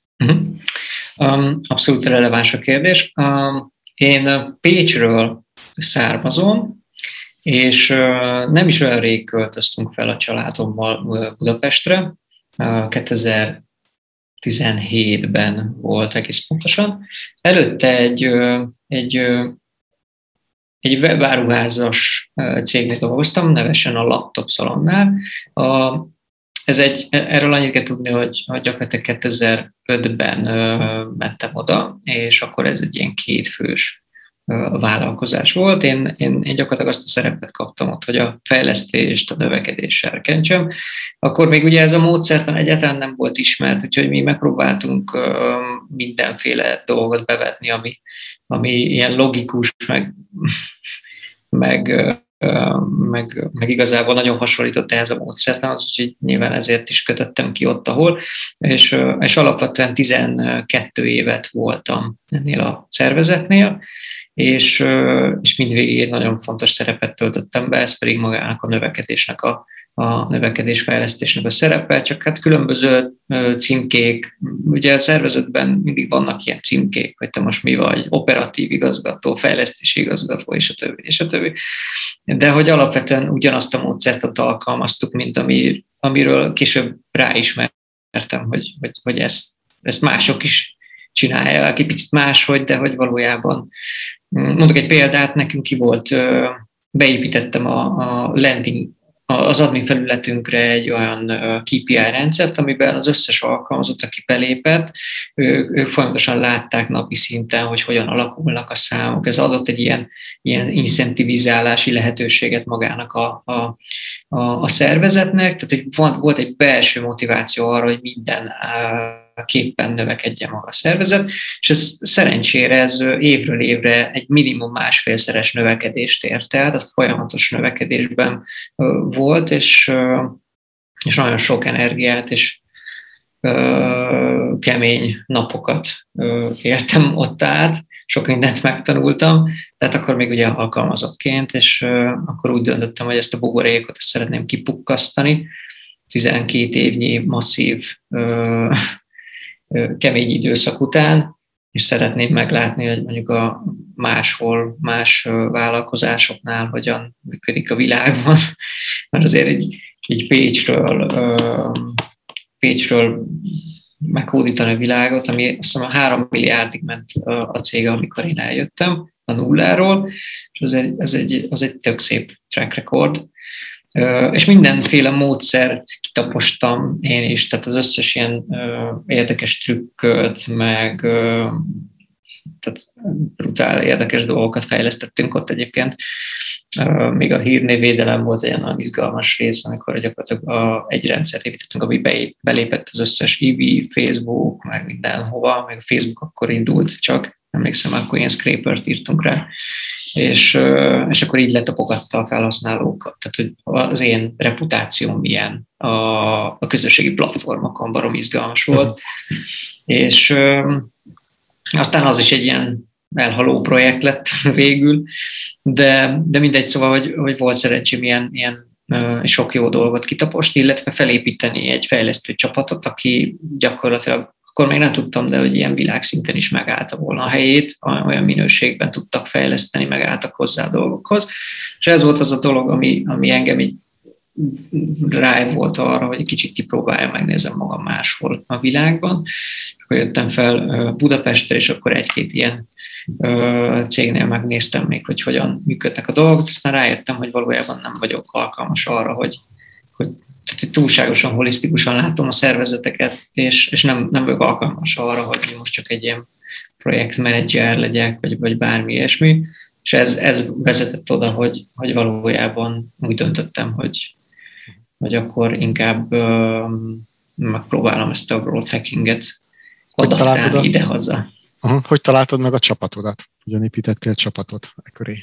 Abszolút releváns a kérdés. Én Pécsről származom, és nem is olyan rég költöztünk fel a családommal Budapestre. 2017-ben volt egész pontosan. Előtte egy webáruházas cégnél dolgoztam, nevesen a Laptop Szalonnál. Erről annyit kell tudni, hogy gyakorlatilag 2005-ben mentem oda, és akkor ez egy ilyen 2 fős vállalkozás volt. Én gyakorlatilag azt a szerepet kaptam ott, hogy a fejlesztést, a növekedést serkentsem. Akkor még ugye ez a módszertan egyáltalán nem volt ismert, úgyhogy mi megpróbáltunk mindenféle dolgot bevetni, ami ilyen logikus, meg igazából nagyon hasonlított ehhez a módszertanhoz, úgyhogy nyilván ezért is kötöttem ki ott, ahol, és alapvetően 12 évet voltam ennél a szervezetnél, és mindvégig nagyon fontos szerepet töltöttem be, ez pedig magának a növekedésnek a növekedésfejlesztésnek a szerepe, csak hát különböző címkék, ugye a szervezetben mindig vannak ilyen címkék, hogy te most mi vagy, operatív igazgató, fejlesztési igazgató, és a többi. De hogy alapvetően ugyanazt a módszertant alkalmaztuk, mint amiről később ráismertem, hogy ezt mások is csinálják, egy picit máshogy, de hogy valójában. Mondok egy példát, nekünk ki volt, beépítettem a landing, az admin felületünkre egy olyan KPI rendszert, amiben az összes alkalmazott, aki belépett, ők folyamatosan látták napi szinten, hogy hogyan alakulnak a számok. Ez adott egy ilyen incentivizálási lehetőséget magának a szervezetnek, tehát volt egy belső motiváció arra, hogy mindenképpen növekedjen maga a szervezet, és ez szerencsére évről évre egy minimum 1,5-szeres növekedést ért el, tehát folyamatos növekedésben volt, és nagyon sok energiát és kemény napokat éltem ott át, sok mindent megtanultam, tehát akkor még ugye alkalmazottként, és akkor úgy döntöttem, hogy ezt a buborékot szeretném kipukkasztani, 12 évnyi masszív kemény időszak után, és szeretném meglátni, hogy mondjuk más vállalkozásoknál hogyan működik a világban, mert azért így Pécsről meghódítani a világot, ami azt hiszem 3 milliárdig ment a cég, amikor én eljöttem a nulláról, és az egy tök szép track record. És mindenféle módszert kitapostam én is, tehát az összes ilyen érdekes trükköt, meg tehát brutál érdekes dolgokat fejlesztettünk ott egyébként. Még a hírnévvédelem volt egy nagyon izgalmas rész, amikor gyakorlatilag egy rendszert építettünk, ami belépett az összes EV, Facebook, meg mindenhova, meg a Facebook akkor indult csak, emlékszem, akkor ilyen scrapert írtunk rá, és akkor így letapogatta a felhasználókat. Tehát hogy az én reputációm milyen a közösségi platformokon, barom izgalmas volt. És Aztán az is egy ilyen elhaló projekt lett végül, de mindegy, szóval, hogy volt szerencsém ilyen sok jó dolgot kitaposni, illetve felépíteni egy fejlesztő csapatot, aki gyakorlatilag, akkor még nem tudtam, de hogy ilyen világszinten is megállta volna a helyét, olyan minőségben tudtak fejleszteni, megálltak hozzá a dolgokhoz. És ez volt az a dolog, ami engem így drive volt arra, hogy egy kicsit kipróbálja, megnézem magam máshol a világban. És akkor jöttem fel Budapestre, és akkor egy-két ilyen cégnél megnéztem még, hogy hogyan működnek a dolgok, aztán rájöttem, hogy valójában nem vagyok alkalmas arra, hogy túlságosan holisztikusan látom a szervezeteket, és nem vagyok alkalmas arra, hogy most csak egy ilyen projektmenedzser legyek, vagy bármi ilyesmi. És ez vezetett oda, hogy valójában úgy döntöttem, hogy akkor inkább megpróbálom ezt a growth hackinget adaptálni ide-haza. Hogy találtad meg a csapatodat? Hogyan építettél csapatot e köré?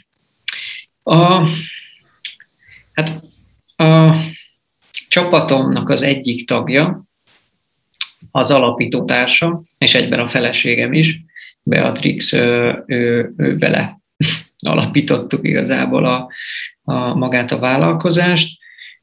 A csapatomnak az egyik tagja, az alapítótársa, és egyben a feleségem is, Beatrix, ő vele alapítottuk igazából magát a vállalkozást,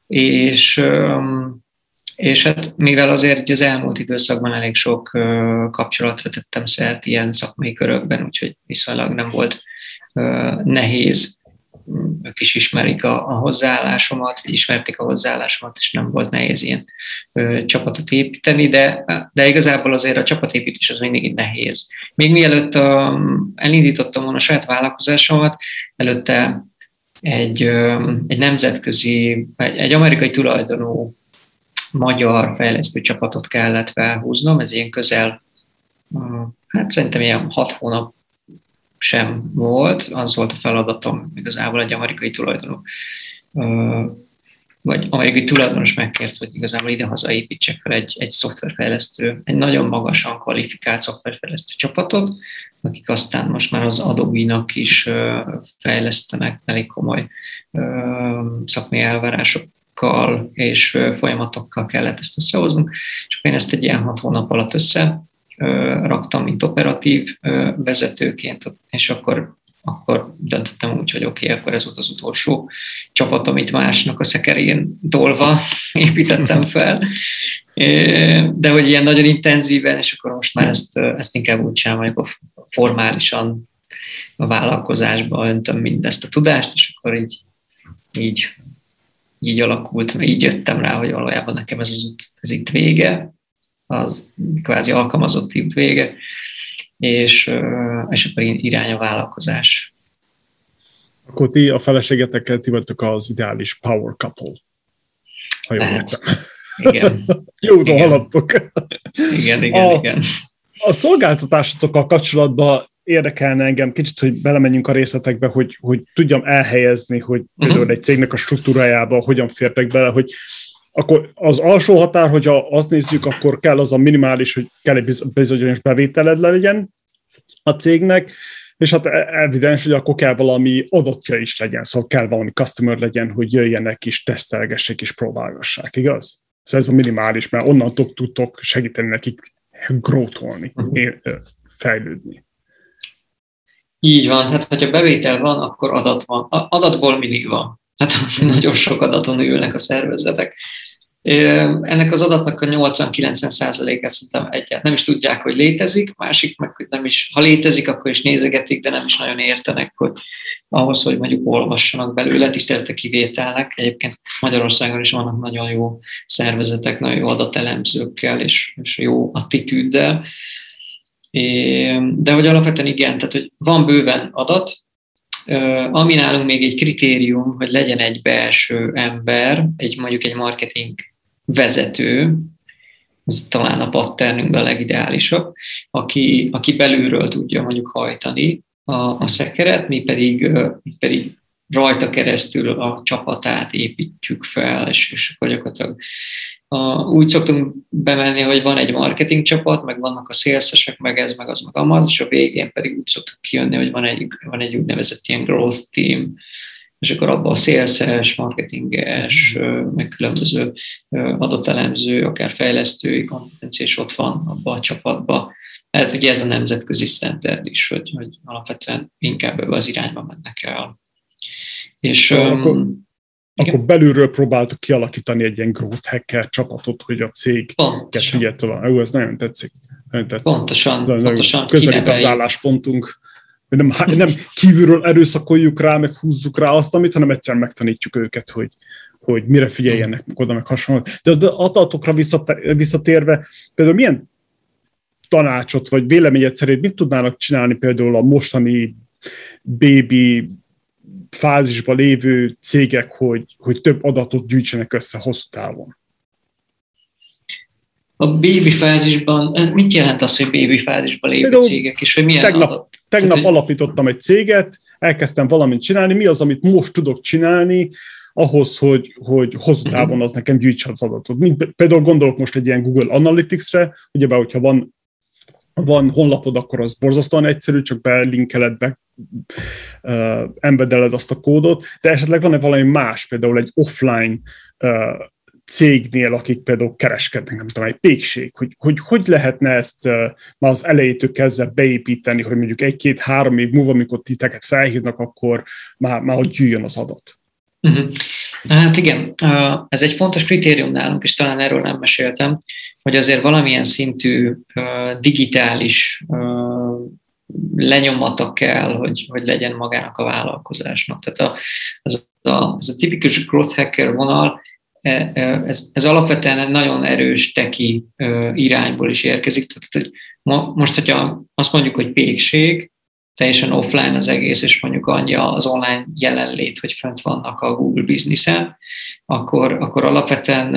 és hát mivel azért az elmúlt időszakban elég sok kapcsolatra tettem szert ilyen szakmai körökben, úgyhogy viszonylag nem volt nehéz. Ők is ismerik a hozzáállásomat, vagy ismerték a hozzáállásomat, és nem volt nehéz ilyen csapatot építeni, de igazából azért a csapatépítés az mindig nehéz. Még mielőtt elindítottam volna a saját vállalkozásomat, előtte egy nemzetközi, egy amerikai tulajdonú magyar fejlesztő csapatot kellett felhúznom, ez ilyen közel, hát szerintem ilyen 6 hónap sem volt, az volt a feladatom, igazából egy amerikai tulajdonú, vagy amerikai tulajdonos megkért, hogy igazából idehaza építsek fel egy szoftverfejlesztő, egy nagyon magasan kvalifikált szoftverfejlesztő csapatot, akik aztán most már az Adobe-nak is fejlesztenek elég komoly szakmai elvárásokkal és folyamatokkal kellett ezt összehoznunk, és én ezt egy ilyen 6 hónap alatt raktam, mint operatív vezetőként, és akkor döntöttem úgy, hogy oké, akkor ez volt az utolsó csapat, amit másnak a szekerén tolva építettem fel. De hogy ilyen nagyon intenzíven, és akkor most már ezt inkább úgy sem, amikor formálisan a vállalkozásba öntöm mindezt a tudást, és akkor így alakult, így jöttem rá, hogy valójában nekem ez itt vége, az kvázi alkalmazott út vége, és akkor irány a vállalkozás. Akkor ti a feleségetekkel ti vagytok az ideális power couple. Ha jól értem. Igen. Jó úton haladtok. Igen. A szolgáltatásotokkal kapcsolatban érdekelne engem kicsit, hogy belemenjünk a részletekbe, hogy tudjam elhelyezni, hogy például egy cégnek a struktúrájába hogyan fértek bele, hogy akkor az alsó határ, hogyha azt nézzük, akkor kell az a minimális, hogy kell egy bizonyos bevételed legyen a cégnek, és hát evidens, hogy akkor kell valami adottja is legyen, szóval kell valami customer legyen, hogy jöjjenek is, tesztelgessék és próbálgassák, igaz? Szóval ez a minimális, mert onnan tudtok segíteni nekik growtolni, fejlődni. Így van, hát hogyha bevétel van, akkor adat van. Adatból mindig van. Hát nagyon sok adaton ülnek a szervezetek. Ennek az adatnak a 80-90%-át szerintem egyáltalán nem is tudják, hogy létezik, másik meg hogy nem is, ha létezik, akkor is nézegetik, de nem is nagyon értenek, hogy ahhoz, hogy mondjuk olvassanak belőle, tisztelte kivételnek. Egyébként Magyarországon is vannak nagyon jó szervezetek, nagyon jó adatelemzőkkel és jó attitűddel. De hogy alapvetően igen, tehát hogy van bőven adat, ami nálunk még egy kritérium, hogy legyen egy belső ember, mondjuk egy marketing vezető, ez talán a patternünkben a legideálisabb, aki belülről tudja mondjuk hajtani a szekeret, mi pedig rajta keresztül a csapatát építjük fel, és akkor gyakorlatilag úgy szoktunk bemenni, hogy van egy marketing csapat, meg vannak a salesesek, meg ez, meg az, meg amaz, és a végén pedig úgy szoktunk kijönni, hogy van egy úgynevezett ilyen growth team, és akkor abban a sales-es, marketinges, meg különböző adatelemző, akár fejlesztői kompetencia is ott van abban a csapatban, lehet, hogy ez a nemzetközi standard is, hogy alapvetően inkább ebbe az irányba mennek el. És akkor belülről próbáltuk kialakítani egy ilyen growth hacker csapatot, hogy a cég figyelj tovább. Ez nagyon tetszik. Pontosan közelít az álláspontunk. Nem kívülről erőszakoljuk rá, meg húzzuk rá azt, amit, hanem egyszerűen megtanítjuk őket, hogy mire figyeljenek oda, meg hasonló. De az adatokra visszatérve, például milyen tanácsot, vagy véleményed szerint mit tudnának csinálni például a mostani baby fázisban lévő cégek, hogy több adatot gyűjtsenek össze hosszú távon? A baby fázisban, mit jelent az, hogy baby fázisban lévő cégek, és hogy milyen adat? Tegnap alapítottam egy céget, elkezdtem valamit csinálni, mi az, amit most tudok csinálni, ahhoz, hogy hosszú távon az nekem gyűjtse az adatot. Például gondolok most egy ilyen Google Analytics-re, ugyebár, hogyha van honlapod, akkor az borzasztóan egyszerű, csak belinkeled, embedeled azt a kódot, de esetleg van-e valami más, például egy offline cégnél, akik például kereskednek, nem tudom, egy pékség, hogy lehetne ezt már az elejétől kezdve beépíteni, hogy mondjuk 1-2-3 év múlva, amikor titeket felhívnak, akkor már hogy gyűjjön az adat. Hát igen, ez egy fontos kritérium nálunk, és talán erről nem meséltem, hogy azért valamilyen szintű digitális lenyomata kell, hogy legyen magának a vállalkozásnak. Tehát ez a tipikus growth hacker vonal, ez alapvetően egy nagyon erős teki irányból is érkezik. Tehát, most, hogyha azt mondjuk, hogy pékség, teljesen offline az egész, és mondjuk annyi az online jelenlét, hogy fent vannak a Google Business-en, akkor alapvetően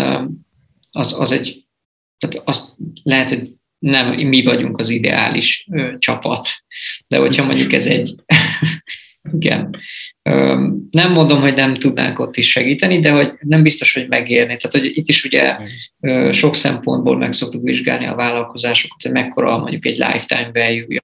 tehát azt lehet, hogy nem mi vagyunk az ideális csapat, de hogyha mondjuk ez egy... Igen. Nem mondom, hogy nem tudnánk ott is segíteni, de hogy nem biztos, hogy megérni. Tehát, hogy itt is ugye sok szempontból meg szoktuk vizsgálni a vállalkozásokat, hogy mekkora mondjuk egy lifetime value-ja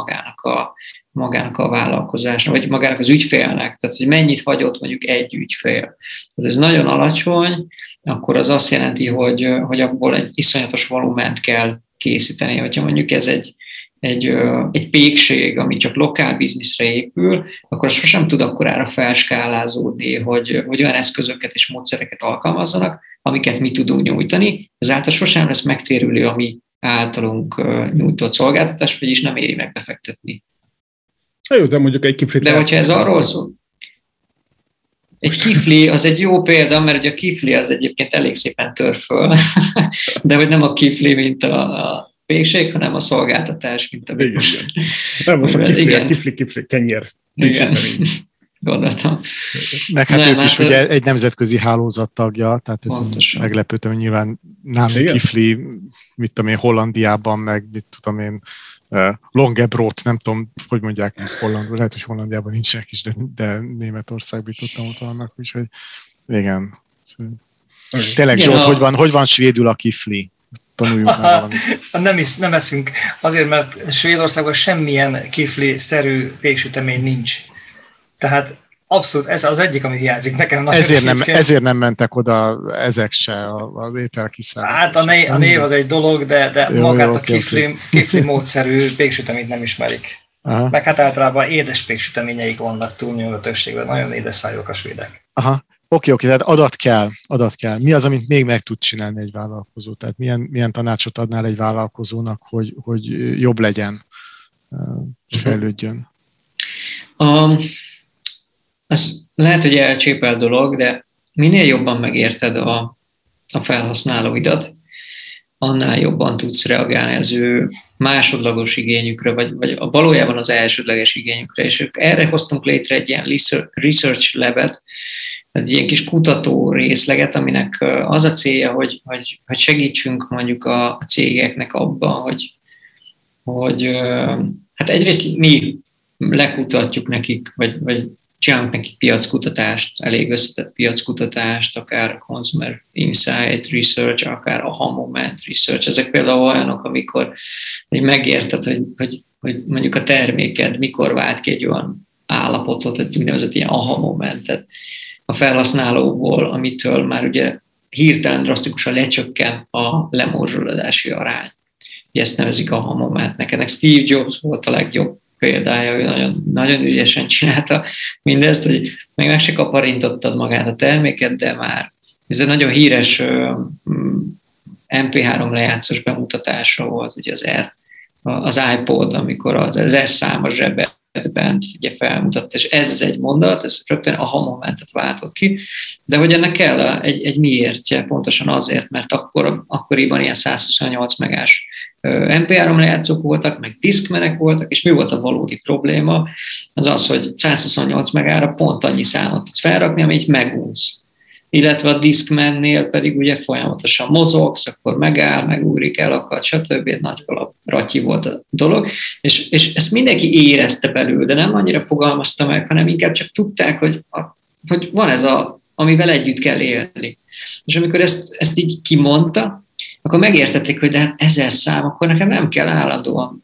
magának a vállalkozásnak, vagy magának az ügyfélnek, tehát hogy mennyit hagyott mondjuk egy ügyfél. Tehát ez nagyon alacsony, akkor az azt jelenti, hogy abból egy iszonyatos volument kell készíteni. Hogyha mondjuk ez egy pékség, ami csak lokál bizniszre épül, akkor az sosem tud akkorára felskálázódni, hogy olyan eszközöket és módszereket alkalmazzanak, amiket mi tudunk nyújtani. Ezáltal sosem lesz megtérülő a mi általunk nyújtott szolgáltatás, vagyis nem éri meg befektetni. Jó, de mondjuk egy kiflit. De hogyha ez arról szól, egy kifli az egy jó példa, mert ugye a kifli az egyébként elég szépen tör föl, de hogy nem a kifli, mint a pékség, hanem a szolgáltatás, mint a most. Nem, most a kifli, kenyér. Igen, gondoltam. Meg hát ők is ugye egy nemzetközi hálózat tagja, tehát ez meglepődtem, hogy nyilván nálunk kifli, mit tudom én, Hollandiában, meg mit tudom én, Longebrot, nem tudom, hogy mondják hollandul, lehet, hogy Hollandiában nincsenek is, de Németországban tudtam, ott vannak, úgyhogy igen. Tényleg, Zsolt, hogy van svédül a kifli? Tanuljunk már valamit. Nem eszünk, azért, mert Svédországban semmilyen kifli-szerű péksütemény nincs. Tehát abszolút, ez az egyik, ami hiányzik nekem. Ezért nem mentek oda ezek se az ételkiszállításra. Hát a név az egy dolog, de magát a kifli módszerű péksüteményt nem ismerik. Aha. Meg hát általában édes péksüteményeik vannak túlnyomó többségben, nagyon édes szájúak a svédek. Aha. Oké, tehát adat kell. Mi az, amit még meg tud csinálni egy vállalkozó? Tehát milyen tanácsot adnál egy vállalkozónak, hogy jobb legyen, fejlődjön? Ez lehet, hogy elcsépel dolog, de minél jobban megérted a felhasználóidat, annál jobban tudsz reagálni az ő másodlagos igényükre, vagy valójában az elsődleges igényükre. És erre hoztunk létre egy ilyen research labet, egy ilyen kis kutató részleget, aminek az a célja, hogy segítsünk mondjuk a cégeknek abban, hogy hát egyrészt mi lekutatjuk nekik, vagy csinálunk nekik piackutatást, elég összetett piackutatást, akár Consumer Insight Research, akár a Moment Research. Ezek például olyanok, amikor megérted, hogy mondjuk a terméked mikor vált ki egy olyan állapotot, egy úgynevezett ilyen aha momentet a felhasználóból, amitől már ugye hirtelen drasztikusan lecsökken a lemorzsolódási arány. ezt nevezik aha momentnek. Ennek Steve Jobs volt a legjobb példája, ő nagyon, nagyon ügyesen csinálta mindezt, hogy meg se kaparintottad magát a terméket, de már ez egy nagyon híres MP3 lejátszós bemutatása volt, ugye az iPod, amikor az R szám a zsebedben ugye felmutatta, és ez az egy mondat, ez rögtön aha momentet váltott ki, de hogy ennek kell egy miértje, pontosan azért, mert akkoriban ilyen 128 megás MP3 lejátszók voltak, meg diszkmenek voltak, és mi volt a valódi probléma? Az, hogy 128 megára pont annyi számot tudsz felrakni, amit megunsz. Illetve a Discmannél pedig ugye folyamatosan mozogsz, akkor megáll, megugrik, elakad, stb. Nagy ratyi volt a dolog, és ezt mindenki érezte belül, de nem annyira fogalmazta meg, hanem inkább csak tudták, hogy van ez amivel együtt kell élni. És amikor ezt így kimondta, akkor megértették, hogy de hát 1000 szám, akkor nekem nem kell állandóan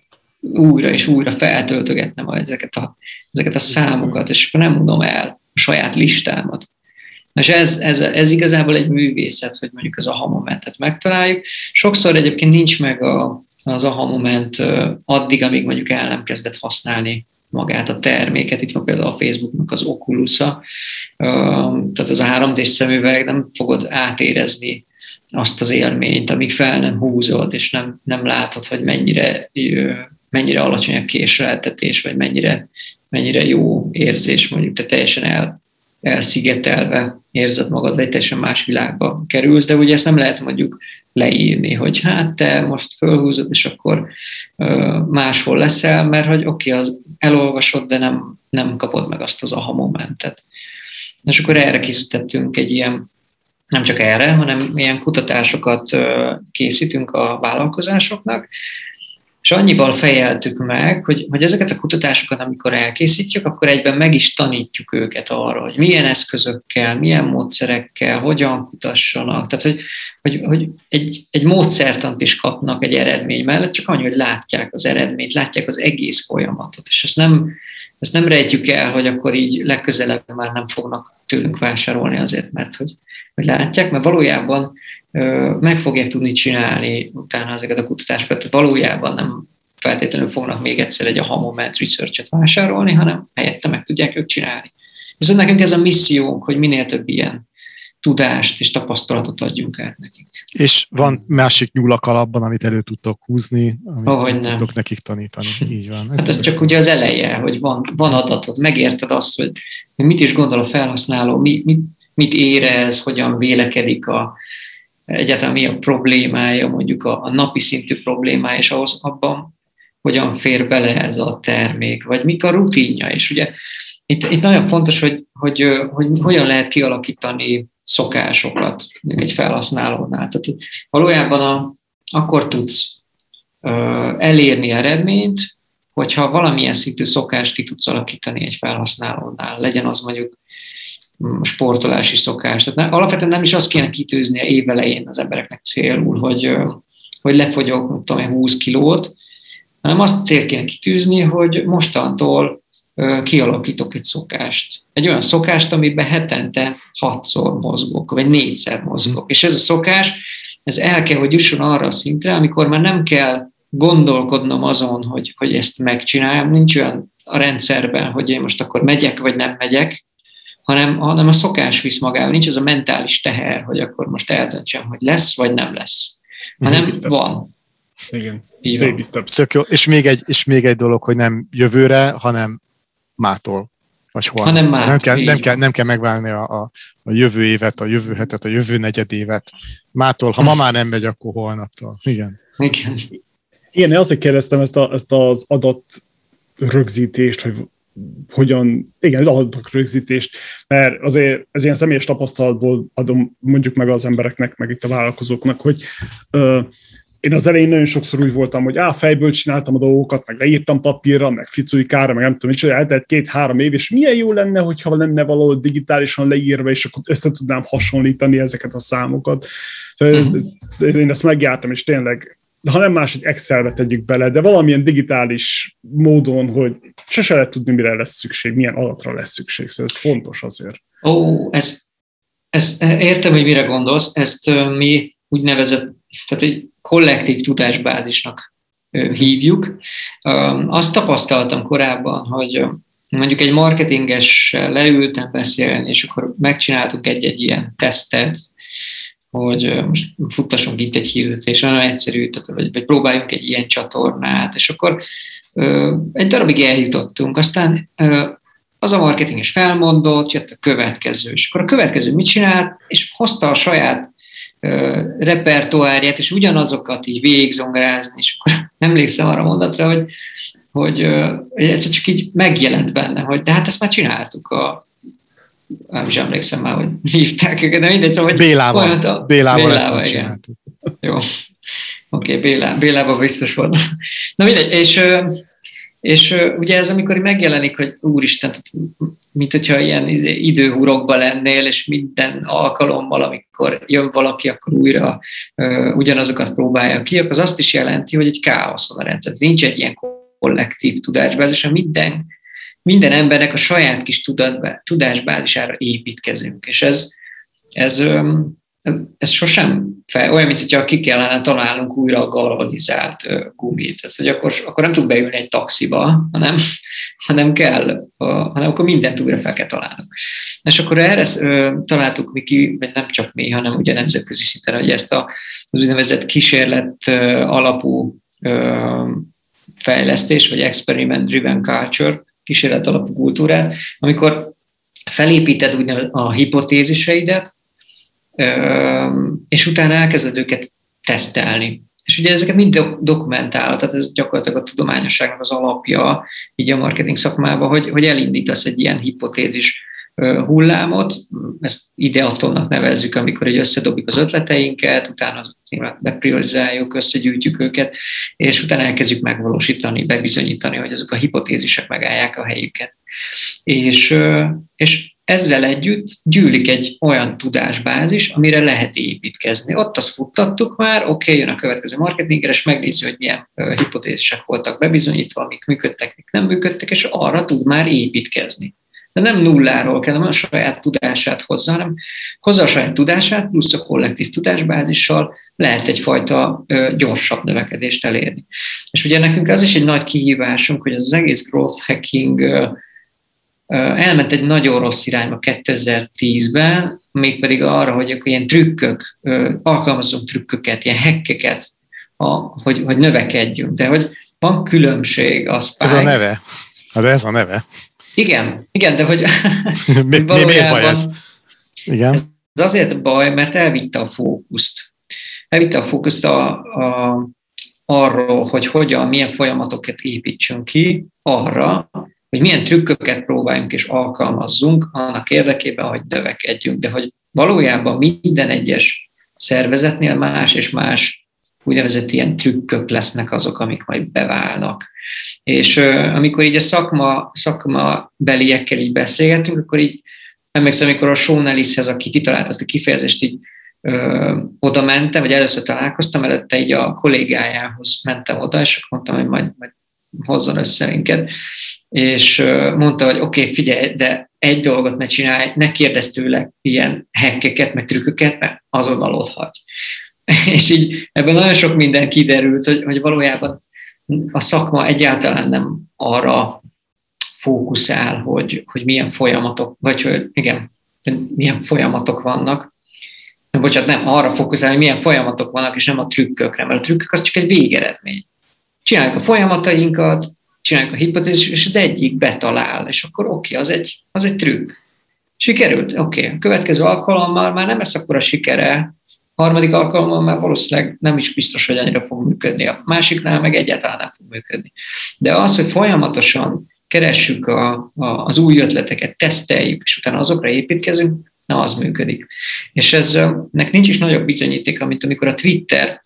újra és újra feltöltögetnem ezeket a számokat, és akkor nem mondom el a saját listámat. És ez igazából egy művészet, hogy mondjuk az aha momentet megtaláljuk. Sokszor egyébként nincs meg az aha moment addig, amíg mondjuk el nem kezdett használni magát a terméket. Itt van például a Facebooknak az Oculus-a, tehát az a 3D szemüveg, nem fogod átérezni azt az élményt, amíg fel nem húzod, és nem látod, hogy mennyire alacsony a késleltetés, vagy mennyire jó érzés, mondjuk te teljesen elszigetelve érzed magad, vagy teljesen más világba kerülsz, de ugye ezt nem lehet mondjuk leírni, hogy hát te most fölhúzod, és akkor máshol leszel, mert hogy oké, elolvasod, de nem kapod meg azt az aha momentet. És akkor erre készítettünk egy ilyen, nem csak erre, hanem ilyen kutatásokat készítünk a vállalkozásoknak, és annyival fejeltük meg, hogy ezeket a kutatásokat, amikor elkészítjük, akkor egyben meg is tanítjuk őket arra, hogy milyen eszközökkel, milyen módszerekkel, hogyan kutassanak. Tehát, hogy egy módszertant is kapnak egy eredmény mellett, csak annyi, hogy látják az eredményt, látják az egész folyamatot. És ezt nem rejtjük el, hogy akkor így legközelebb már nem fognak tőlünk vásárolni azért, mert hogy látják, mert valójában meg fogják tudni csinálni utána ezeket a kutatásokat, valójában nem feltétlenül fognak még egyszer egy aha moment research-et vásárolni, hanem helyette meg tudják ők csinálni. Viszont nekünk ez a missziónk, hogy minél több ilyen tudást és tapasztalatot adjunk át nekik. És van másik nyúlakalapban, amit elő tudtok húzni, amit tudtok nekik tanítani. Így van. Ez csak ugye az eleje, hogy van adatod, megérted azt, hogy mit is gondol a felhasználó, mit érez, hogyan vélekedik egyáltalán mi a problémája, mondjuk a napi szintű problémája, és ahhoz abban hogyan fér bele ez a termék, vagy mik a rutinja. És ugye itt nagyon fontos, hogy hogyan lehet kialakítani szokásokat egy felhasználónál. Tehát valójában akkor tudsz elérni eredményt, hogyha valamilyen szintű szokást ki tudsz alakítani egy felhasználónál. Legyen az mondjuk sportolási szokás. Tehát alapvetően nem is azt kéne kitűzni évelején az embereknek célul, hogy lefogyok, nem tudom, 20 kilót, hanem azt cél kéne kitűzni, hogy mostantól kialakítok egy szokást. Egy olyan szokást, amiben hetente 6-szor mozgok, vagy 4-szer mozgok. És ez a szokás, ez el kell, hogy jusson arra a szintre, amikor már nem kell gondolkodnom azon, hogy ezt megcsináljam, nincs olyan a rendszerben, hogy én most akkor megyek, vagy nem megyek, hanem a szokás visz magával, nincs az a mentális teher, hogy akkor most eldöntsem, hogy lesz, vagy nem lesz. Hanem van. Igen. Baby steps. Tök jó. És még egy dolog, hogy nem jövőre, hanem mától. Vagy holnap. Hanem mától. Nem kell megválni a jövő évet, a jövő hetet, a jövő negyedévet. Mától, ha ma már nem megy, akkor holnaptól. Igen. Igen, én azért kérdeztem ezt az adat rögzítést, hogy hogyan, igen, adatok rögzítést, mert azért ez ilyen személyes tapasztalatból adom mondjuk meg az embereknek, meg itt a vállalkozóknak, hogy én az elején nagyon sokszor úgy voltam, hogy fejből csináltam a dolgokat, meg leírtam papírra, meg ficuikára, meg nem tudom, micsoda, eltelt 2-3 év, és milyen jó lenne, hogyha lenne valahol digitálisan leírva, és akkor össze tudnám hasonlítani ezeket a számokat. Én ezt megjártam, és tényleg, ha nem más, hogy Excelbe tegyük bele, de valamilyen digitális módon, hogy sose lehet tudni, mire lesz szükség, milyen adatra lesz szükség, szóval ez fontos azért. Ezt értem, hogy mire gondolsz, ezt mi úgynevezett, tehát kollektív tudásbázisnak hívjuk. Azt tapasztaltam korábban, hogy mondjuk egy marketingessel leültem beszélni, és akkor megcsináltuk egy ilyen tesztet, hogy most futtassunk itt egy hirdetést, nagyon egyszerű, vagy próbáljunk egy ilyen csatornát, és akkor egy darabig eljutottunk, aztán az a marketinges felmondott, jött a következő, és akkor a következő mit csinált, és hozta a saját repertoárját, és ugyanazokat így végigzongázni, és akkor emlékszem arra a mondatra, hogy egyszer csak így megjelent bennem, hogy de hát ezt már csináltuk nem is emlékszem már, hogy hívták őket, de mindegy, szóval, hogy Bélával ezt már csináltuk. Jó, oké, Bélában biztos volt. Na mindegy, és ugye ez amikor megjelenik, hogy úristen, mint hogyha ilyen időhurokban lennél, és minden alkalommal, amikor jön valaki, akkor újra ugyanazokat próbálja ki, az azt is jelenti, hogy egy káosz van a rendszer. Nincs egy ilyen kollektív tudásbázis, minden embernek a saját kis tudásbázisára építkezünk. És ez sosem olyan, mint hogyha ki kellene találnunk újra a galvanizált gumit. Tehát, hogy akkor nem tud beülni egy taxiba, hanem akkor mindent újra fel kell találnunk. És akkor erre találtuk mi ki, vagy nem csak mi, hanem ugye nemzetközi szinten, hogy ezt az úgynevezett kísérlet alapú fejlesztés, vagy experiment driven culture, kísérlet alapú kultúrát, amikor felépíted úgynevezett a hipotéziseidet, és utána elkezded őket tesztelni. És ugye ezeket mind dokumentálod, tehát ez gyakorlatilag a tudományosságnak az alapja így a marketing szakmában, hogy elindítasz egy ilyen hipotézis hullámot, ezt ideatonnak nevezzük, amikor egy összedobjuk az ötleteinket, utána bepriorizáljuk, összegyűjtjük őket, és utána elkezdjük megvalósítani, bebizonyítani, hogy azok a hipotézisek megállják a helyüket. És ezzel együtt gyűlik egy olyan tudásbázis, amire lehet építkezni. Ott azt futtattuk már, oké, jön a következő marketingre, és megnézi, hogy milyen hipotézisek voltak bebizonyítva, amik működtek, mik nem működtek, és arra tud már építkezni. De nem nulláról kell, nem a saját tudását hozza, hanem hozza a saját tudását, plusz a kollektív tudásbázissal lehet egyfajta gyorsabb növekedést elérni. És ugye nekünk az is egy nagy kihívásunk, hogy az egész growth hacking elment egy nagyon rossz irányba 2010-ben, mégpedig arra, hogy ilyen trükkök, alkalmazzunk trükköket, ilyen hackeket, hogy növekedjünk. De hogy van különbség a Spike. Ez a neve. Ez a neve. Igen, de hogy miért baj ez? Igen. Ez azért baj, mert elvitte a fókuszt. Elvitte a fókuszt arról, hogy milyen folyamatokat építsünk ki, arra, hogy milyen trükköket próbáljunk és alkalmazzunk annak érdekében, hogy növekedjünk, de hogy valójában minden egyes szervezetnél más és más úgynevezett ilyen trükkök lesznek azok, amik majd beválnak. És amikor így a szakmabeliekkel így beszélgetünk, akkor így emlékszem, amikor a Sean Ellishez, aki kitalált ezt a kifejezést, így oda mentem, vagy először találkoztam, előtte így a kollégájához mentem oda, és mondtam, hogy majd hozzon össze minket. És mondta, hogy oké, figyelj, de egy dolgot ne csinálj, ne kérdezz tőle ilyen hackeket, meg trükköket, mert azonnal otthagy. És így ebben nagyon sok minden kiderült, hogy valójában a szakma egyáltalán nem arra fókuszál, hogy milyen folyamatok, vagy hogy igen, milyen folyamatok vannak. Nem arra fókuszál, hogy milyen folyamatok vannak, és nem a trükkökre, mert a trükkök az csak egy végeredmény. Csináljuk a folyamatainkat, csináljuk a hipotézis, és az egyik betalál, és akkor oké, az egy trükk. Sikerült? Oké. A következő alkalommal már nem lesz akkor a sikere, a harmadik alkalommal már valószínűleg nem is biztos, hogy annyira fog működni. A másiknál meg egyáltalán nem fog működni. De az, hogy folyamatosan keressük az új ötleteket, teszteljük, és utána azokra építkezünk, na az működik. És ennek nincs is nagyobb bizonyíték, mint amikor a Twitter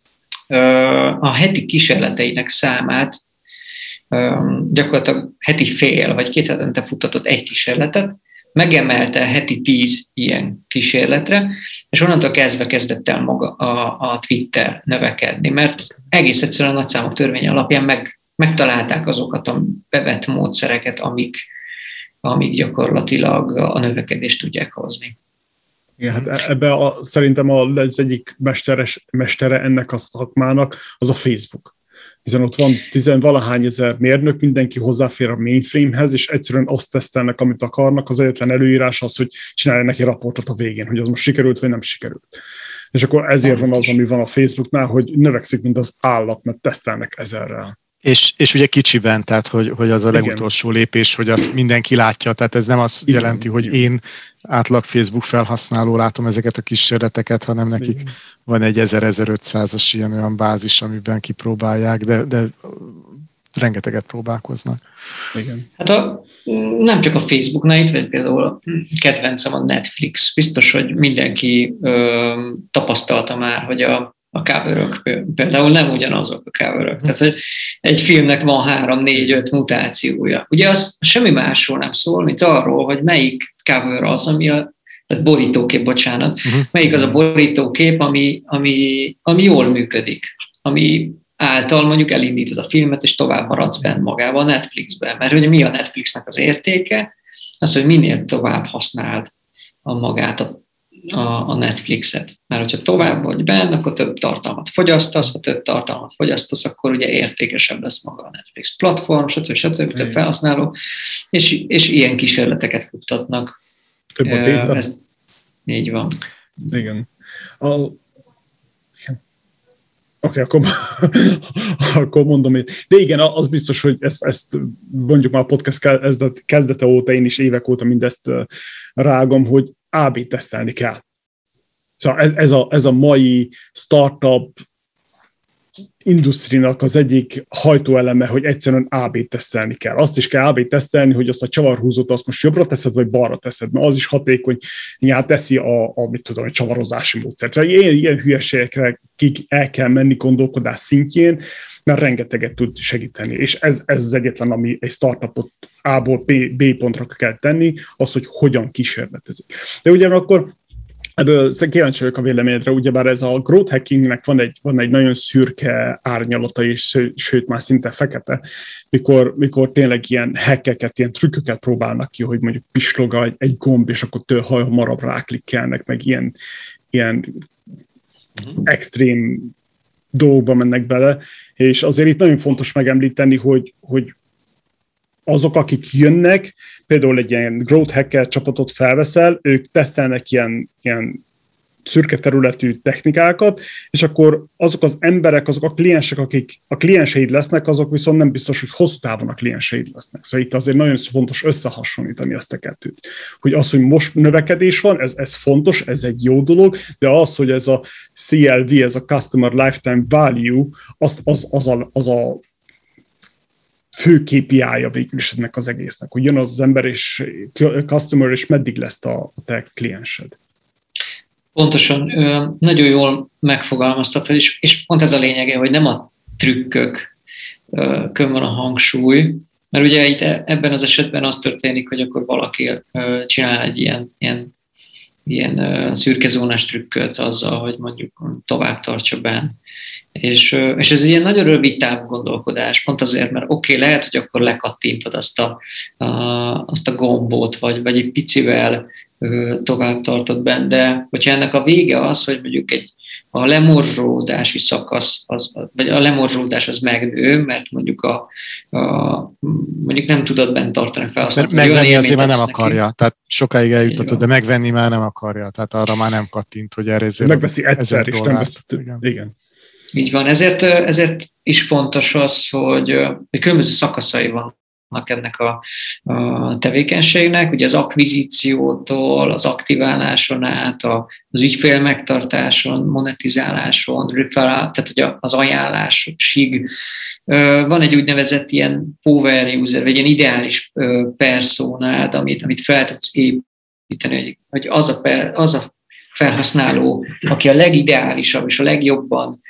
a heti kísérleteinek számát gyakorlatilag heti fél, vagy 2 hetente futtatott egy kísérletet, megemelte heti 10 ilyen kísérletre, és onnantól kezdve kezdett el maga a Twitter növekedni, mert egész egyszerűen a nagyszámok törvénye alapján megtalálták azokat a bevett módszereket, amik gyakorlatilag a növekedést tudják hozni. Igen, hát szerintem az egyik mestere ennek a szakmának az a Facebook. Hiszen ott van 10-valahány ezer mérnök, mindenki hozzáfér a mainframehez, és egyszerűen azt tesztelnek, amit akarnak. Az egyetlen előírás az, hogy csinálj neki raportot a végén, hogy az most sikerült, vagy nem sikerült. És akkor ezért van az, ami van a Facebooknál, hogy növekszik, mint az állat, mert tesztelnek ezerrel. És ugye kicsiben, tehát hogy az a legutolsó lépés, hogy azt mindenki látja, tehát ez nem azt jelenti, hogy én átlag Facebook felhasználó látom ezeket a kísérleteket, hanem nekik van egy 1000-1500-as ilyen olyan bázis, amiben kipróbálják, de rengeteget próbálkoznak. Igen. Hát nem csak a Facebooknál, itt vagy például kedvencem a Netflix. Biztos, hogy mindenki tapasztalta már, hogy a coverök például nem ugyanazok a coverök. Tehát, hogy egy filmnek van 3-4-5 mutációja. Ugye az semmi másról nem szól, mint arról, hogy melyik cover az, tehát borítókép, bocsánat, melyik az a borítókép, ami jól működik, ami által mondjuk elindítod a filmet, és tovább maradsz benne magában a Netflixben. Mert ugye mi a Netflixnek az értéke? Az, hogy minél tovább használd magát a Netflixet. Mert hogyha tovább vagy benne, akkor több tartalmat fogyasztasz, ha több tartalmat fogyasztasz, akkor ugye értékesebb lesz maga a Netflix platform, stb. Több felhasználó, és ilyen kísérleteket futtatnak. Több a téta. Így van. Igen. Oké, akkor mondom én. De igen, az biztos, hogy ezt mondjuk már a podcast kezdete óta, én is évek óta mindezt rágom, hogy A/B tesztelni kell. Szóval ez a mai startup industrinak az egyik hajtóeleme, hogy egyszerűen A/B tesztelni kell. Azt is kell A/B tesztelni, hogy azt a csavarhúzót azt most jobbra teszed, vagy balra teszed, mert az is hatékony, teszi a csavarozási módszert. Szóval ilyen hülyeségekre el kell menni gondolkodás szintjén, mert rengeteget tud segíteni. És ez az egyetlen, ami egy startupot A-ból B pontra kell tenni, az, hogy hogyan kísérletezik. De ugyanakkor ebből kíváncsi vagyok a véleményedre, ugyebár ez a growth hackingnek van egy nagyon szürke árnyalata is, sőt már szinte fekete, mikor tényleg ilyen hackeket, ilyen trükköket próbálnak ki, hogy mondjuk pislog egy gomb, és akkor hamarabb ráklikkelnek, meg ilyen extrém dolgokba mennek bele, és azért itt nagyon fontos megemlíteni, hogy azok, akik jönnek, például egy ilyen growth hacker csapatot felveszel, ők tesztelnek ilyen szürke területű technikákat, és akkor azok az emberek, azok a kliensek, akik a klienseid lesznek, azok viszont nem biztos, hogy hosszú távon a klienseid lesznek. Szóval itt azért nagyon fontos összehasonlítani ezt a kettőt. Hogy az, hogy most növekedés van, ez fontos, ez egy jó dolog, de az, hogy ez a CLV, ez a Customer Lifetime Value, az a fő KPI-ja végül is ennek az egésznek, hogy jön az ember és customer, és meddig lesz a te kliensed. Pontosan, nagyon jól megfogalmaztatod, és pont ez a lényege, hogy nem a trükkön van a hangsúly, mert ugye itt ebben az esetben az történik, hogy akkor valaki csinál egy ilyen szürkezónás trükköt azzal, hogy mondjuk tovább tartsa benne. És ez ilyen nagyon rövid távú gondolkodás, pont azért, mert lehet, hogy akkor lekattintod azt a gombot, vagy egy picivel tovább tartod benne, de hogyha ennek a vége az, hogy mondjuk a lemorzsolódási szakasz, vagy a lemorzsolódás az megnő, mert mondjuk mondjuk nem tudod bent tartani a felhasználót. Megvenni azért már nem akarja, tehát sokáig eljutatod, de megvenni már nem akarja, tehát arra már nem kattint, hogy erre ezért megveszi egyszer, és nem veszi több. Igen. Így van, ezért is fontos az, hogy különböző szakaszai vannak ennek a tevékenységnek, ugye az akvizíciótól, az aktiváláson át, az ügyfél megtartáson, monetizáláson, referral, tehát ugye az ajánlásig. Van egy úgynevezett ilyen power user, vagy ilyen ideális personád, amit fel tudsz építeni, hogy az a felhasználó, aki a legideálisabb és a legjobban,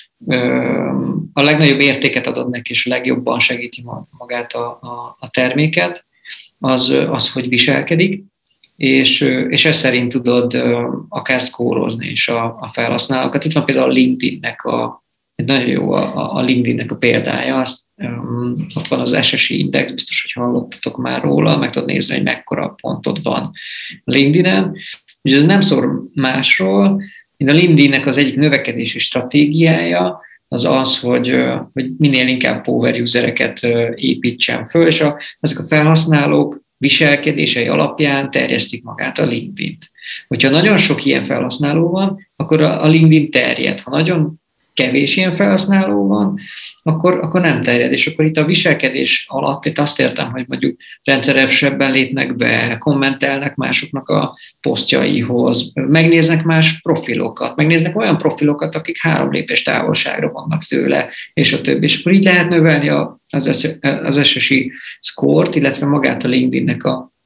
a legnagyobb értéket adod neki, és a legjobban segíti magát a terméket, az hogy viselkedik, és ez szerint tudod akár szkórozni is a felhasználókat. Itt van például a LinkedIn-nek nagyon jó a LinkedIn-nek a példája, ott van az SSI Index, biztos, hogy hallottatok már róla, meg tudod nézni, hogy mekkora pontod van a LinkedIn-en, Ugye ez nem szól másról, mint a LinkedInnek az egyik növekedési stratégiája, az az, hogy minél inkább power usereket építsen föl, és ezek a felhasználók viselkedései alapján terjesztik magát a LinkedIn-t. Hogyha nagyon sok ilyen felhasználó van, akkor a LinkedIn terjed. Ha nagyon kevés ilyen felhasználó van, akkor nem terjed. És akkor itt a viselkedés alatt itt azt értem, hogy mondjuk rendszeresebben lépnek be, kommentelnek másoknak a posztjaihoz, megnéznek más profilokat, megnéznek olyan profilokat, akik 3 lépés távolságra vannak tőle, és a többi. És akkor így lehet növelni az SSI score-t, illetve magát a LinkedIn-nek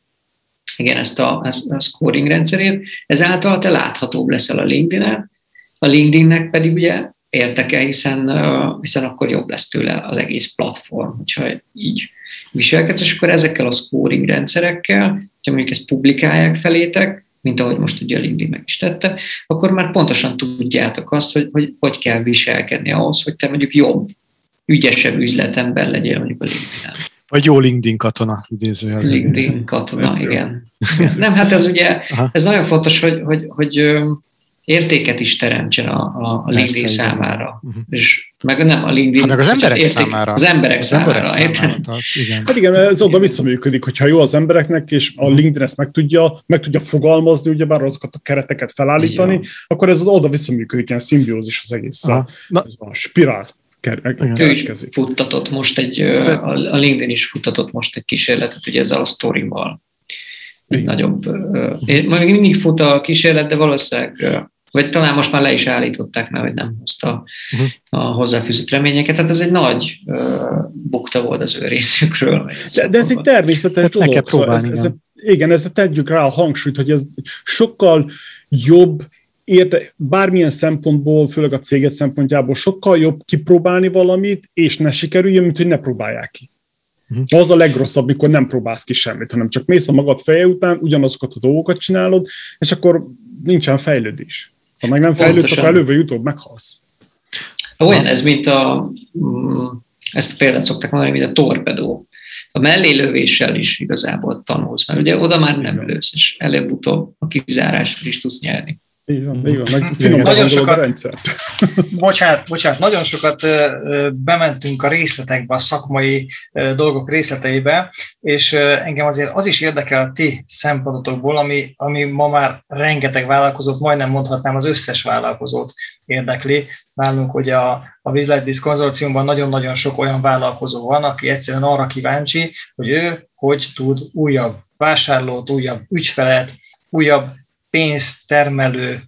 ezt a scoring rendszerét. Ezáltal te láthatóbb leszel a LinkedIn-en, a LinkedInnek pedig ugye értek el, hiszen akkor jobb lesz tőle az egész platform, hogyha így viselkedsz, és akkor ezekkel a scoring rendszerekkel, hogyha mondjuk ezt publikálják felétek, mint ahogy most ugye a LinkedIn meg is tette, akkor már pontosan tudjátok azt, hogy kell viselkedni ahhoz, hogy te mondjuk jobb, ügyesebb üzletember legyél mondjuk a LinkedIn-en. Vagy jó LinkedIn katona, idézőjelben. LinkedIn katona, igen. Nem, hát ez ugye, ez nagyon fontos, hogy értéket is teremtsen a LinkedIn számára. És meg nem a LinkedIn... Hát meg az emberek számára. Az emberek számára. Igen. Hát igen, ez oda visszaműködik, hogyha jó az embereknek, és a LinkedIn ezt meg tudja fogalmazni, ugyebár azokat a kereteket felállítani, akkor ez oda visszaműködik, ilyen szimbiózis az egész. Ez a spirál. Ő is futtatott most a LinkedIn is futtatott most egy kísérletet, ugye ezzel a sztorival. Egy nagyobb. Még mindig fut a kísérlet, de valószínűleg, vagy talán most már le is állították, mert hogy nem hozta a hozzáfűzött reményeket. Tehát ez egy nagy bukta volt az ő részükről. De ez egy természetes dolog. Igen, ezzel tegyük rá a hangsúlyt, hogy ez sokkal jobb, bármilyen szempontból, főleg a céget szempontjából sokkal jobb kipróbálni valamit, és ne sikerüljön, mint hogy ne próbálják ki. Az a legrosszabb, mikor nem próbálsz ki semmit, hanem csak mész a magad feje után, ugyanazokat a dolgokat csinálod, és akkor nincsen fejlődés. Ha meg nem fejlődsz, akkor előbb-utóbb meghalsz. Olyan ez, mint ezt a példát szokták mondani, mint a torpedó. A mellélövéssel is igazából tanulsz, mert ugye oda már nem lősz, és előbb-utóbb a kizárásra is tudsz nyerni. Így van, meg finom a rendszer. Bocsánat, nagyon sokat bementünk a részletekbe, a szakmai dolgok részleteibe, és engem azért az is érdekel a ti szempontotokból, ami ma már rengeteg vállalkozót, majdnem mondhatnám az összes vállalkozót érdekli. Nálunk ugye a Bizlifebiz konzorciumban nagyon-nagyon sok olyan vállalkozó van, aki egyszerűen arra kíváncsi, hogy ő hogy tud újabb vásárlót, újabb ügyfelet, újabb pénztermelő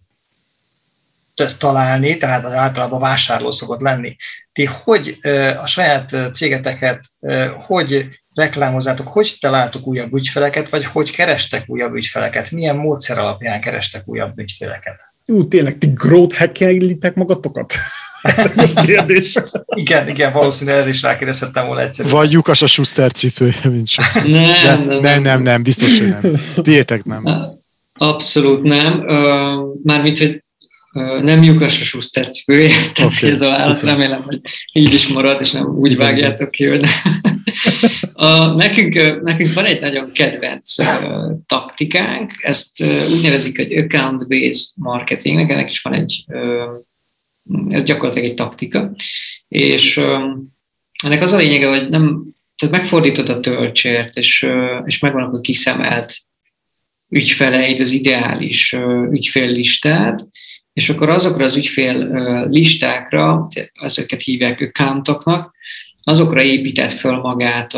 találni, tehát az általában vásárló szokott lenni. Ti hogy a saját cégeteket, hogy reklámozzátok, hogy találtok újabb ügyfeleket, vagy hogy kerestek újabb ügyfeleket? Milyen módszer alapján kerestek újabb ügyfeleket? Tényleg, ti growth hackelitek magatokat? Kérdés. Igen, valószínűleg erre is rákérdezhettem volna egyszerűen. Vagy lyukas a Schuster cipője, mint sokszor. Nem, biztos, hogy nem. Tiétek nem. Abszolút nem. Mármint, hogy nem lyukas a Schuster cipője, tehát ez a válasz, remélem, hogy így is marad, és nem úgy vágjátok ki, hogy nekünk van egy nagyon kedvenc taktikánk, ezt úgy nevezik, hogy account-based marketingnek, ennek is van ez gyakorlatilag egy taktika, és ennek az a lényege, hogy tehát megfordítod a töltsért, és megvannak a kiszemelt ügyfeleid, az ideális ügyféllistát, és akkor azokra az ügyfél listákra, ezeket hívják accountoknak, azokra épített föl magát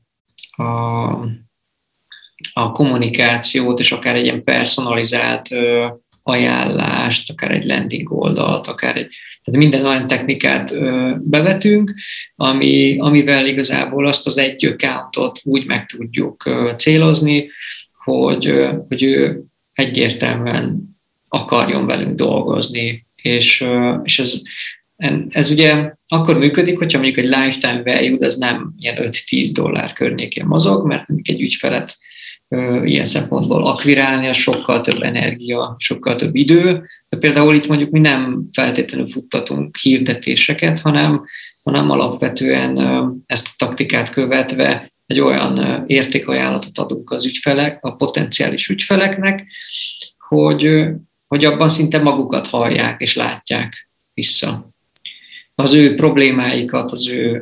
a kommunikációt, és akár egy ilyen personalizált ajánlást, akár egy landing oldalt, tehát minden olyan technikát bevetünk, amivel igazából azt az egy accountot úgy meg tudjuk célozni, hogy ő egyértelműen akarjon velünk dolgozni, és ez ugye akkor működik, hogyha mondjuk egy lifetime value, ez nem ilyen $5-10 környékén mozog, mert mondjuk egy ügyfelet ilyen szempontból akvirálni, az sokkal több energia, sokkal több idő, de például itt mondjuk mi nem feltétlenül futtatunk hirdetéseket, hanem alapvetően ezt a taktikát követve egy olyan értékajánlatot adunk az a potenciális ügyfeleknek, hogy abban szinte magukat hallják és látják vissza. Az ő problémáikat,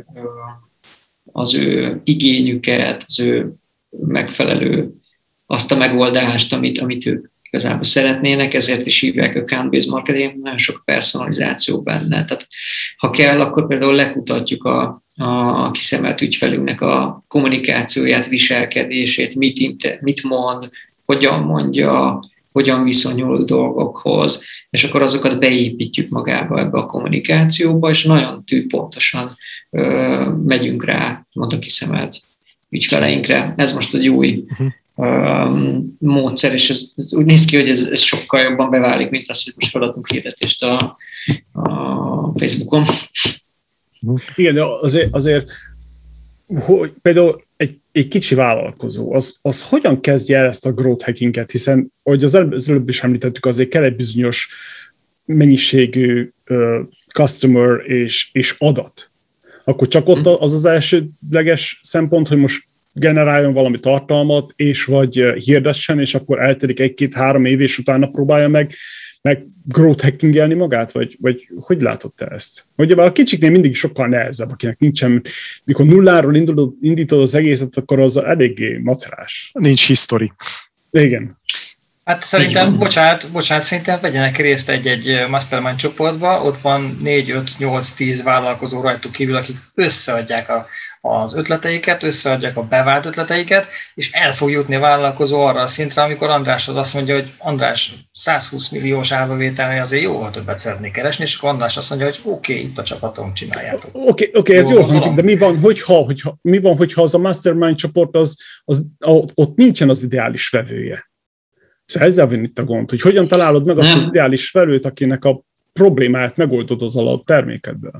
az ő igényüket, az ő megfelelő azt a megoldást, amit ők igazából szeretnének, ezért is hívják account-based marketing, nagyon sok personalizáció benne. Tehát ha kell, akkor például lekutatjuk a kiszemelt ügyfelünknek a kommunikációját, viselkedését, mit mond, hogyan mondja, hogyan viszonyul dolgokhoz, és akkor azokat beépítjük magába ebbe a kommunikációba, és nagyon tűpontosan megyünk rá, a kiszemelt ügyfeleinkre. Ez most egy új módszer, és ez úgy néz ki, hogy ez sokkal jobban beválik, mint az, hogy most feladunk hirdetést a Facebookon. Igen, de azért hogy például egy kicsi vállalkozó, az hogyan kezdje el ezt a growth hackinget, hiszen, ahogy az előbb is említettük, azért kell egy bizonyos mennyiségű customer és adat. Akkor csak ott az elsődleges szempont, hogy most generáljon valami tartalmat, és vagy hirdessen, és akkor eltelik 1-2-3 év, és utána próbálja meg growth hackingelni magát, vagy hogy látod te ezt? Ugye a kicsiknél mindig sokkal nehezebb, akinek nincsen, mikor nulláról indítod az egészet, akkor az eléggé macerás. Nincs history. Igen. Hát szerintem, bocsánat, szerintem vegyenek részt egy mastermind csoportba, ott van 4-5-8-10 vállalkozó rajtuk kívül, akik összeadják az ötleteiket, összeadják a bevált ötleteiket, és el fog jutni a vállalkozó arra a szintre, amikor András az azt mondja, hogy András, 120 milliós árbevételnél azért jóval többet szeretnék keresni, és akkor András azt mondja, hogy oké, itt a csapatom, csináljátok. Oké, ez jól hangzik, de mi van, hogyha az a mastermind csoport, ott nincsen az ideális vevője? Szóval ezzel van itt a gond, hogy hogyan találod meg azt az ideális vevőt, akinek a problémáját megoldod az alatt termékedből.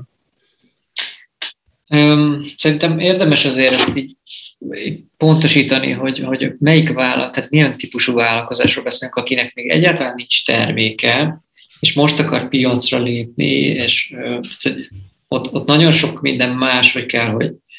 Szerintem érdemes azért ezt így pontosítani, hogy melyik vállalat, tehát milyen típusú vállalkozásról beszélünk, akinek még egyáltalán nincs terméke, és most akar piacra lépni, és ott nagyon sok minden más, hogy kell,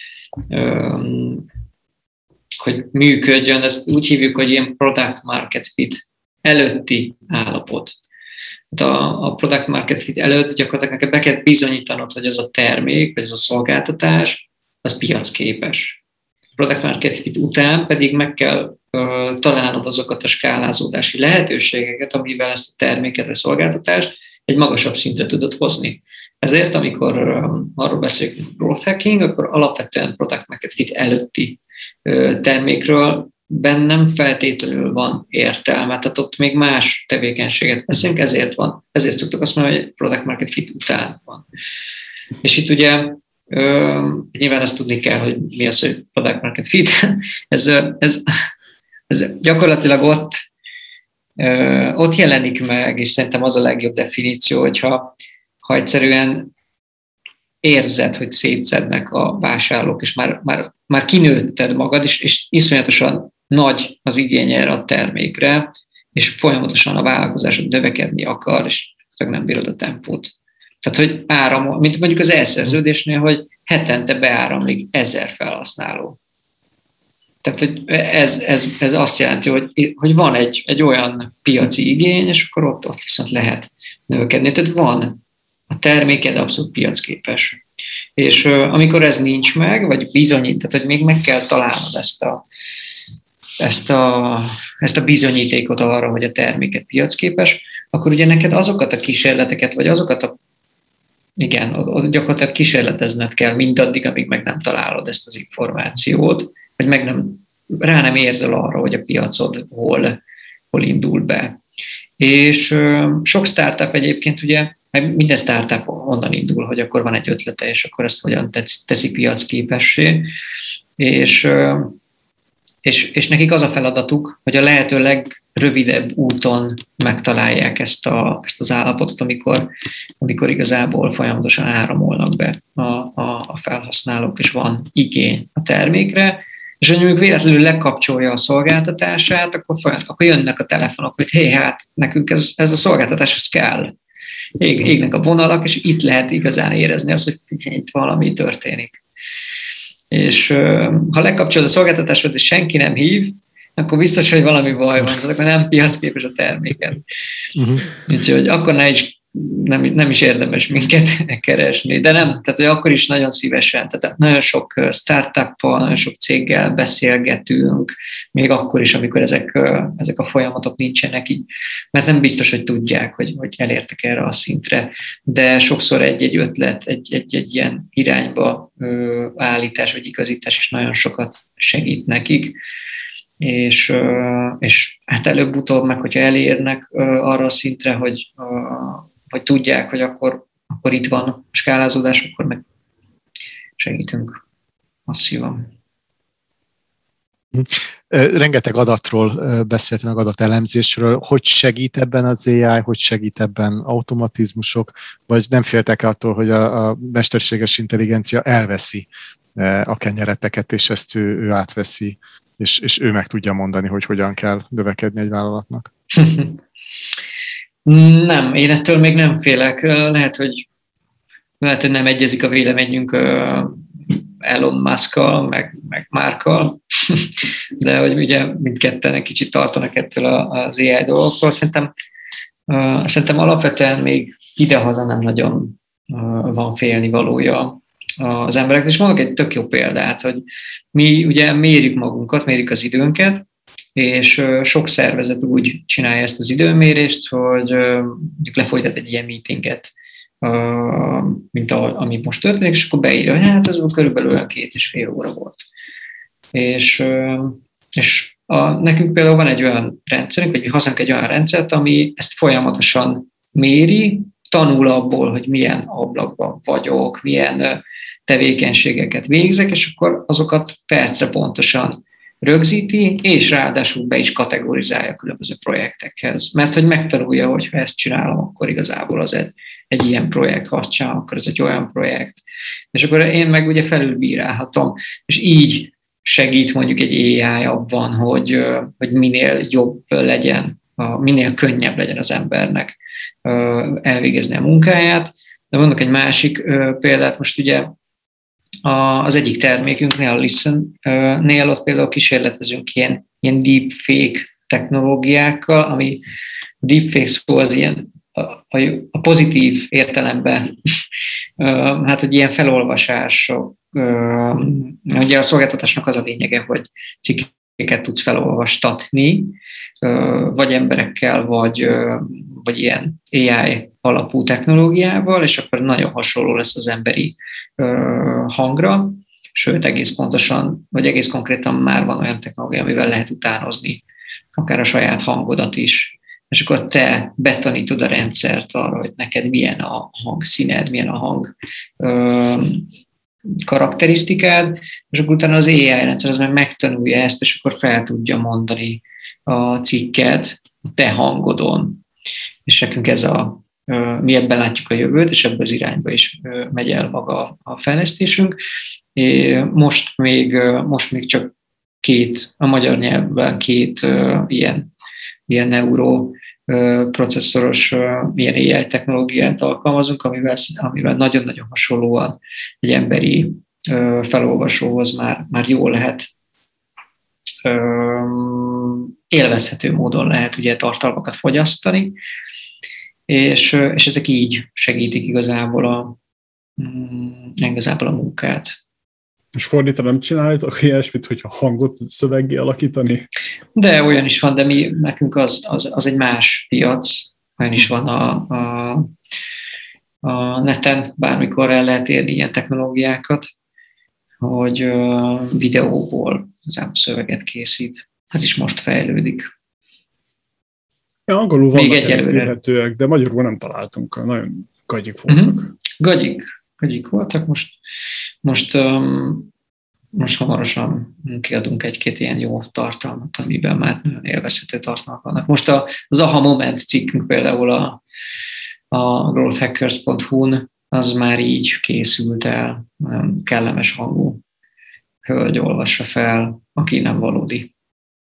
hogy működjön. Ezt úgy hívjuk, hogy ilyen product market fit előtti állapot. A product market fit előtt gyakorlatilag neked be kell bizonyítanod, hogy az a termék, vagy az a szolgáltatás, az piacképes. A product market fit után pedig meg kell találnod azokat a skálázódási lehetőségeket, amivel ezt a terméket, vagy szolgáltatást egy magasabb szintre tudod hozni. Ezért, amikor arról beszélünk, hogy growth hacking, akkor alapvetően product market fit előtti termékről bennem feltétlenül van értelme, tehát ott még más tevékenységet beszélünk, ezért szoktuk azt mondani, hogy product market fit után van. És itt ugye nyilván azt tudni kell, hogy mi az, hogy product market fit. Ez gyakorlatilag ott jelenik meg, és szerintem az a legjobb definíció, hogyha egyszerűen érzed, hogy szétszednek a vásárlók, és már kinőtted magad, és iszonyatosan nagy az igény erre a termékre, és folyamatosan a vállalkozásod növekedni akar, és nem bírod a tempót. Tehát, hogy mint mondjuk az elszerződésnél, hogy hetente beáramlik 1000 felhasználó. Tehát, hogy ez azt jelenti, hogy van egy olyan piaci igény, és akkor ott viszont lehet növekedni. Tehát van a terméked abszolút piacképes. És amikor ez nincs meg, vagy bizonyít, tehát hogy még meg kell találnod ezt a bizonyítékot arra, hogy a terméket piacképes, akkor ugye neked azokat a kísérleteket, vagy azokat gyakorlatilag kísérletezned kell mindaddig, amíg meg nem találod ezt az információt, vagy rá nem érzel arra, hogy a piacod hol indul be. És sok startup egyébként ugye, minden startup onnan indul, hogy akkor van egy ötlete, és akkor ezt hogyan teszi piacképessé, és nekik az a feladatuk, hogy a lehető legrövidebb úton megtalálják ezt az állapotot, amikor igazából folyamatosan áramolnak be a felhasználók, és van igény a termékre, és ha mondjuk véletlenül lekapcsolja a szolgáltatását, akkor jönnek a telefonok, hogy hé, hát nekünk ez a szolgáltatás, ez kell. Égnek a vonalak, és itt lehet igazán érezni azt, hogy itt valami történik. És ha lekapcsolod a szolgáltatásod, és senki nem hív, akkor biztos, hogy valami baj van, akkor nem piacképes a terméken. Úgyhogy akkor nem is érdemes minket keresni, de nem, tehát hogy akkor is nagyon szívesen, tehát nagyon sok startuppal, nagyon sok céggel beszélgetünk, még akkor is, amikor ezek a folyamatok nincsenek így, mert nem biztos, hogy tudják, hogy elértek erre a szintre, de sokszor egy ötlet, egy ilyen irányba állítás vagy igazítás is nagyon sokat segít nekik, és hát előbb-utóbb meg, hogyha elérnek arra a szintre, hogy tudják, hogy akkor itt van a skálázódás, akkor meg segítünk masszívan. Rengeteg adatról beszéltem, meg adatelemzésről. Hogy segít ebben az AI, hogy segít ebben automatizmusok, vagy nem féltek attól, hogy a mesterséges intelligencia elveszi a kenyereteket, és ezt ő átveszi, és ő meg tudja mondani, hogy hogyan kell növekedni egy vállalatnak? Nem, én ettől még nem félek. Lehet, hogy nem egyezik a véleményünk Elon Musk-kal, meg Markkal, de hogy ugye mindketten egy kicsit tartanak ettől az AI dolgoktól. Szerintem alapvetően még idehaza nem nagyon van félnivalója az embereknek. És mondok egy tök jó példát, hogy mi ugye mérjük magunkat, mérjük az időnket, és sok szervezet úgy csinálja ezt az időmérést, hogy lefolytat egy ilyen meetinget, mint ami most történik, és akkor beírja, hogy hát ez körülbelül olyan 2,5 óra volt. És nekünk például van egy olyan rendszerünk, vagy használunk egy olyan rendszert, ami ezt folyamatosan méri, tanul abból, hogy milyen ablakban vagyok, milyen tevékenységeket végzek, és akkor azokat percre pontosan rögzíti, és ráadásul be is kategorizálja különböző projektekhez. Mert hogy megtanulja, hogy ha ezt csinálom, akkor igazából az egy ilyen projekt, ha azt csinálom, akkor ez egy olyan projekt. És akkor én meg ugye felülbírálhatom, és így segít mondjuk egy AI abban, hogy minél jobb legyen, minél könnyebb legyen az embernek elvégezni a munkáját. De mondok egy másik példát, most ugye az egyik termékünknél, a Listen-nél ott például kísérletezünk ilyen deepfake technológiákkal, ami a deepfake szó az ilyen a pozitív értelemben, hát hogy ilyen felolvasások, ugye a szolgáltatásnak az a lényege, hogy cikkeket tudsz felolvastatni, vagy emberekkel, vagy ilyen AI alapú technológiával, és akkor nagyon hasonló lesz az emberi hangra, sőt egész pontosan, vagy egész konkrétan már van olyan technológia, amivel lehet utánozni akár a saját hangodat is, és akkor te betanítod a rendszert arra, hogy neked milyen a hangszíned, milyen a hang karakterisztikád, és akkor utána az AI rendszer az meg megtanulja ezt, és akkor fel tudja mondani a cikket te hangodon. És nekünk mi ebben látjuk a jövőt, és ebben az irányba is megy el maga a fejlesztésünk. Most még csak a magyar nyelvben 2 ilyen neuroprocesszoros ilyen AI technológiát alkalmazunk, amivel nagyon-nagyon hasonlóan egy emberi felolvasóhoz már jól lehet, élvezhető módon lehet ugye tartalmakat fogyasztani, és ezek így segítik igazából a munkát. És fordítva nem csináljátok ilyesmit, hogyha hangot szöveggé alakítani? De olyan is van, de nekünk az egy más piac. Olyan is van a neten, bármikor el lehet érni ilyen technológiákat, hogy videóból szöveget készít. Ez is most fejlődik. Ja, angolul vannak elérhetőek, de magyarul nem találtunk. Nagyon gagyik voltak. Gagyik voltak. Most hamarosan kiadunk 1-2 ilyen jó tartalmat, amiben már nagyon élvezhető tartalmak vannak. Most az Aha Moment cikkünk például a growthhackers.hu-n az már így készült el, nagyon kellemes hangú hölgy olvassa fel, aki nem valódi.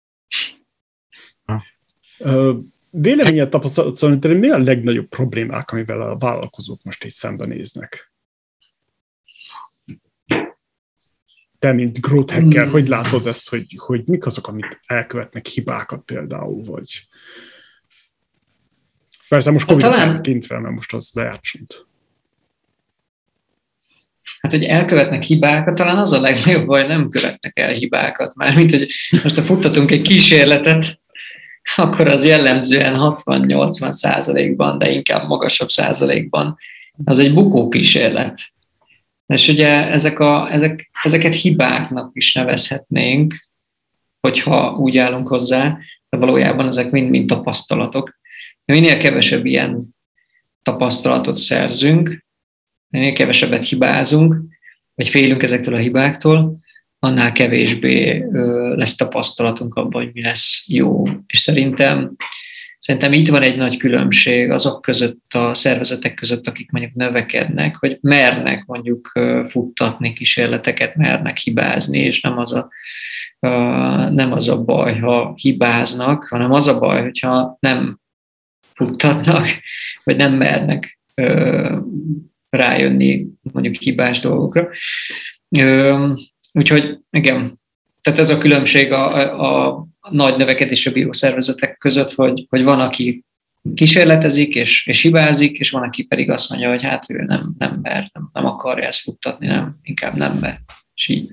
Véleményed tapasztalat, mi a legnagyobb problémák, amivel a vállalkozók most így szembenéznek? te, mint growth hacker, hogy látod ezt, hogy mik azok, amit elkövetnek hibákat például, vagy... Persze most Covid tekintve, mert most az lejátsult. Hát, hogy elkövetnek hibákat, talán az a legnagyobb baj, nem követnek el hibákat. Mármint, hogy most ha futtatunk egy kísérletet, akkor az jellemzően 60-80%-ban, de inkább magasabb százalékban az egy bukó kísérlet. És ugye ezeket hibáknak is nevezhetnénk, hogyha úgy állunk hozzá, de valójában ezek mind tapasztalatok. Minél kevesebb ilyen tapasztalatot szerzünk, minél kevesebbet hibázunk, vagy félünk ezektől a hibáktól, annál kevésbé lesz tapasztalatunk abban, hogy mi lesz jó. És szerintem itt van egy nagy különbség azok között, a szervezetek között, akik mondjuk növekednek, hogy mernek mondjuk futtatni kísérleteket, mernek hibázni, és nem az a baj, ha hibáznak, hanem az a baj, hogyha nem futtatnak, vagy nem mernek rájönni mondjuk hibás dolgokra. Úgyhogy igen, tehát ez a különbség a nagy növekedésre bíró szervezetek között, hogy van, aki kísérletezik és hibázik, és van, aki pedig azt mondja, hogy hát ő nem mer, nem akarja ezt futtatni, inkább nem mer. És így.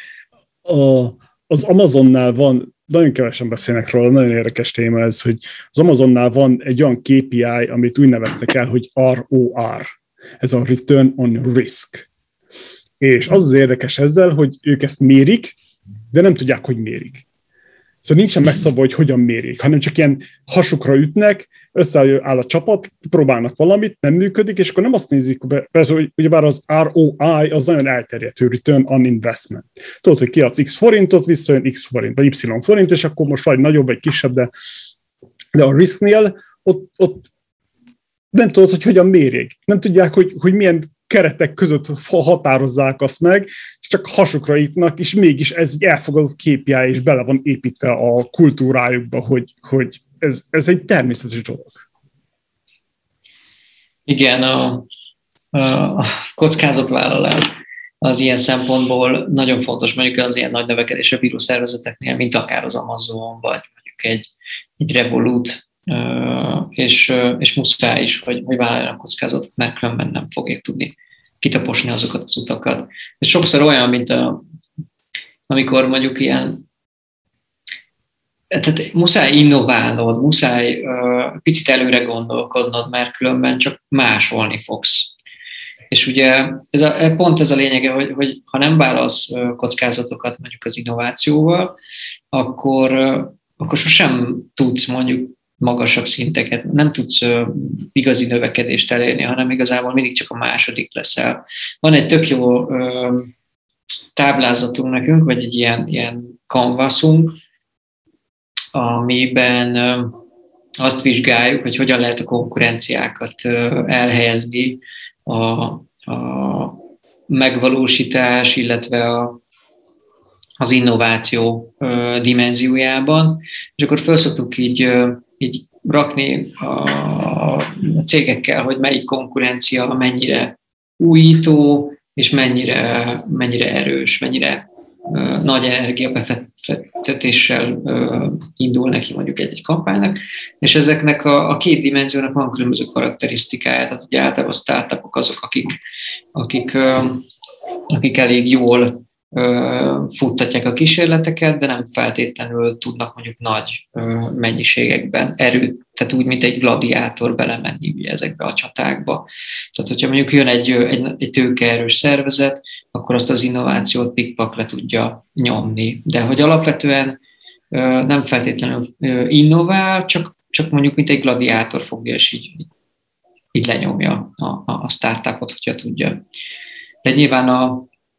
Az Amazonnál van, nagyon kevesen beszélnek róla, nagyon érdekes téma ez, hogy az Amazonnál van egy olyan KPI, amit úgy neveztek el, hogy ROR. Ez a Return on Risk. És az érdekes ezzel, hogy ők ezt mérik, de nem tudják, hogy mérik. Szóval nincsen megszabva, hogy hogyan mérik, hanem csak ilyen hasukra ütnek, összeáll a csapat, próbálnak valamit, nem működik, és akkor nem azt nézik, persze, hogy ugyebár az ROI az nagyon elterjedő, Return on Investment. Tudod, hogy kiadsz X forintot, visszajön X forint, vagy Y forint, és akkor most vagy nagyobb, vagy kisebb, de a risknél ott nem tudod, hogy hogyan mérjék. Nem tudják, hogy milyen keretek között határozzák azt meg, és csak hasukra ítnak, és mégis ez egy elfogadott KPI, és bele van építve a kultúrájukba, hogy ez egy természetes dolog. Igen, a kockázatvállalás az ilyen szempontból nagyon fontos, mondjuk az ilyen nagy növekedésre bíró szervezeteknél, mint akár az Amazon, vagy mondjuk egy Revolut, és muszáj is, hogy vállaljanak kockázatot, mert különben nem fogják tudni kitaposni azokat az utakat. És sokszor olyan, mint amikor mondjuk ilyen, tehát muszáj innoválnod, muszáj picit előre gondolkodnod, mert különben csak másolni fogsz. És ugye pont ez a lényege, hogy ha nem vállalsz kockázatokat mondjuk az innovációval, akkor sosem tudsz mondjuk magasabb szinteket, nem tudsz igazi növekedést elérni, hanem igazából mindig csak a második leszel. Van egy tök jó táblázatunk nekünk, vagy egy ilyen canvasunk, amiben azt vizsgáljuk, hogy hogyan lehet a konkurenciákat elhelyezni a megvalósítás, illetve az innováció dimenziójában, és akkor föl szoktuk így rakni a cégekkel, hogy melyik konkurencia mennyire újító, és mennyire erős, mennyire nagy energiabefektetéssel indul neki mondjuk egy kampánynak, és ezeknek a két dimenziónak van különböző karakterisztikája, tehát ugye általában a startupok azok, akik elég jól futtatják a kísérleteket, de nem feltétlenül tudnak mondjuk nagy mennyiségekben erőt, tehát úgy, mint egy gladiátor belemenni ugye ezekbe a csatákba. Tehát, hogyha mondjuk jön egy tőkeerős szervezet, akkor azt az innovációt pikpak le tudja nyomni. De hogy alapvetően nem feltétlenül innovál, csak mondjuk mint egy gladiátor fogja, és így lenyomja a startupot, hogyha tudja. De nyilván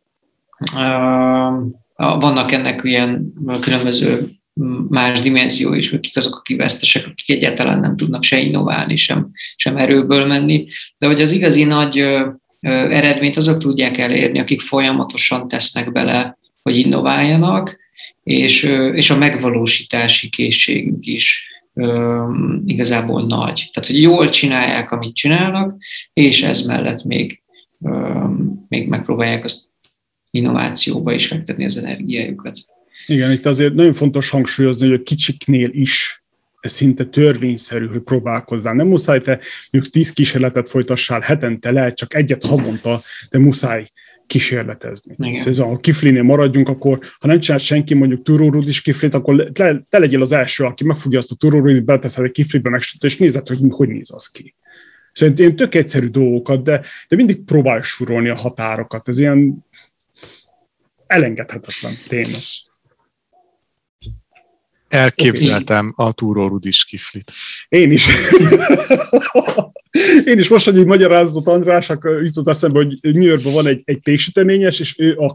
vannak ennek ilyen különböző más dimenzió is, kik azok, akik vesztesek, akik egyáltalán nem tudnak se innoválni, sem erőből menni. De hogy az igazi nagy eredményt azok tudják elérni, akik folyamatosan tesznek bele, hogy innováljanak, és a megvalósítási készségük is igazából nagy. Tehát, hogy jól csinálják, amit csinálnak, és ez mellett még megpróbálják azt innovációba is fektetni az energiájukat. Igen, itt azért nagyon fontos hangsúlyozni, hogy a kicsiknél is ez szinte törvényszerű, hogy próbálkozzál. Nem muszáj te mondjuk 10 kísérletet folytassál hetente, lehet csak egyet havonta, de muszáj kísérletezni. Szóval, ha kiflinél maradjunk, akkor ha nem csinál senki mondjuk túrórudis kiflit, akkor te legyél az első, aki megfogja azt a túrórudit, beteszed egy kiflibe, megsütő, és nézed, hogy néz az ki. Szóval ilyen tök egyszerű dolgokat, de mindig próbálj súrolni a határokat. Ez ilyen elengedhetetlen, tényleg. Elképzeltem a túrórudis kiflit. Én is. Én is most, hogy így magyarázott András, akkor jutott eszembe, hogy New Yorkban van egy péksüteményes, és ő a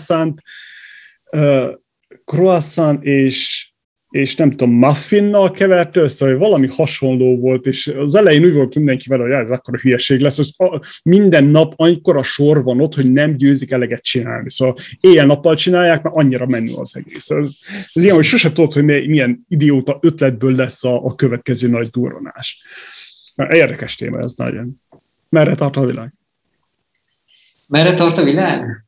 croissant és nem tudom, muffinnal keverte össze, vagy valami hasonló volt, és az elején úgy volt mindenki vele, hogy ez akkora hülyeség lesz, hogy minden nap annyira sor van ott, hogy nem győzik eleget csinálni. Szóval éjjel-nappal csinálják, mert annyira menő az egész. Ez ilyen, hogy sose tudod, hogy milyen idióta ötletből lesz a következő nagy durranás. Érdekes téma ez nagyon. Merre tart a világ? Merre tart a világ?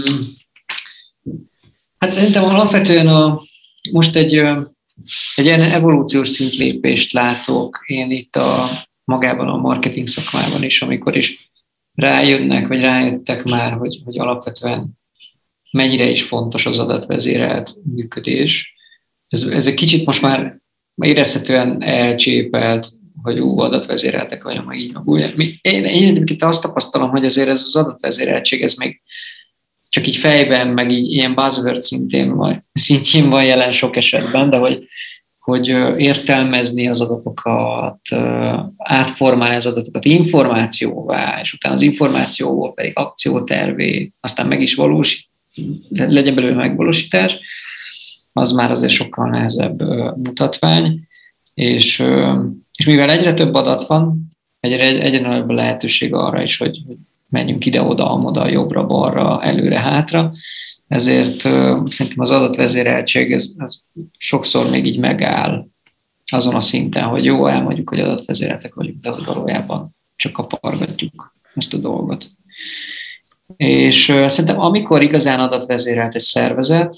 Hát szerintem alapvetően most egy ilyen evolúciós szintlépést látok én itt magában a marketing szakmában is, amikor is rájönnek, vagy rájöttek már, hogy alapvetően mennyire is fontos az adatvezérelt működés. Ez egy kicsit most már érezhetően elcsépelt, hogy adatvezéreltek vagyunk, meg így meg úgy. Én egyébként azt tapasztalom, hogy azért ez az adatvezéreltség, ez még csak így fejben, meg így ilyen buzzword szintjén van jelen sok esetben, de hogy értelmezni az adatokat, átformálni az adatokat információvá, és utána az információból pedig akciótervé, aztán meg is legyen belőle megvalósítás, az már azért sokkal nehezebb mutatvány, és mivel egyre több adat van, egyre nagyobb a lehetőség arra is, hogy menjünk ide-oda, amoda, jobbra-balra, előre-hátra. Ezért szerintem az adatvezéreltség ez sokszor még így megáll azon a szinten, hogy jó, elmondjuk, hogy adatvezéreltek vagyunk, de hogy valójában csak kapargatjuk ezt a dolgot. És szerintem amikor igazán adatvezérelt egy szervezet,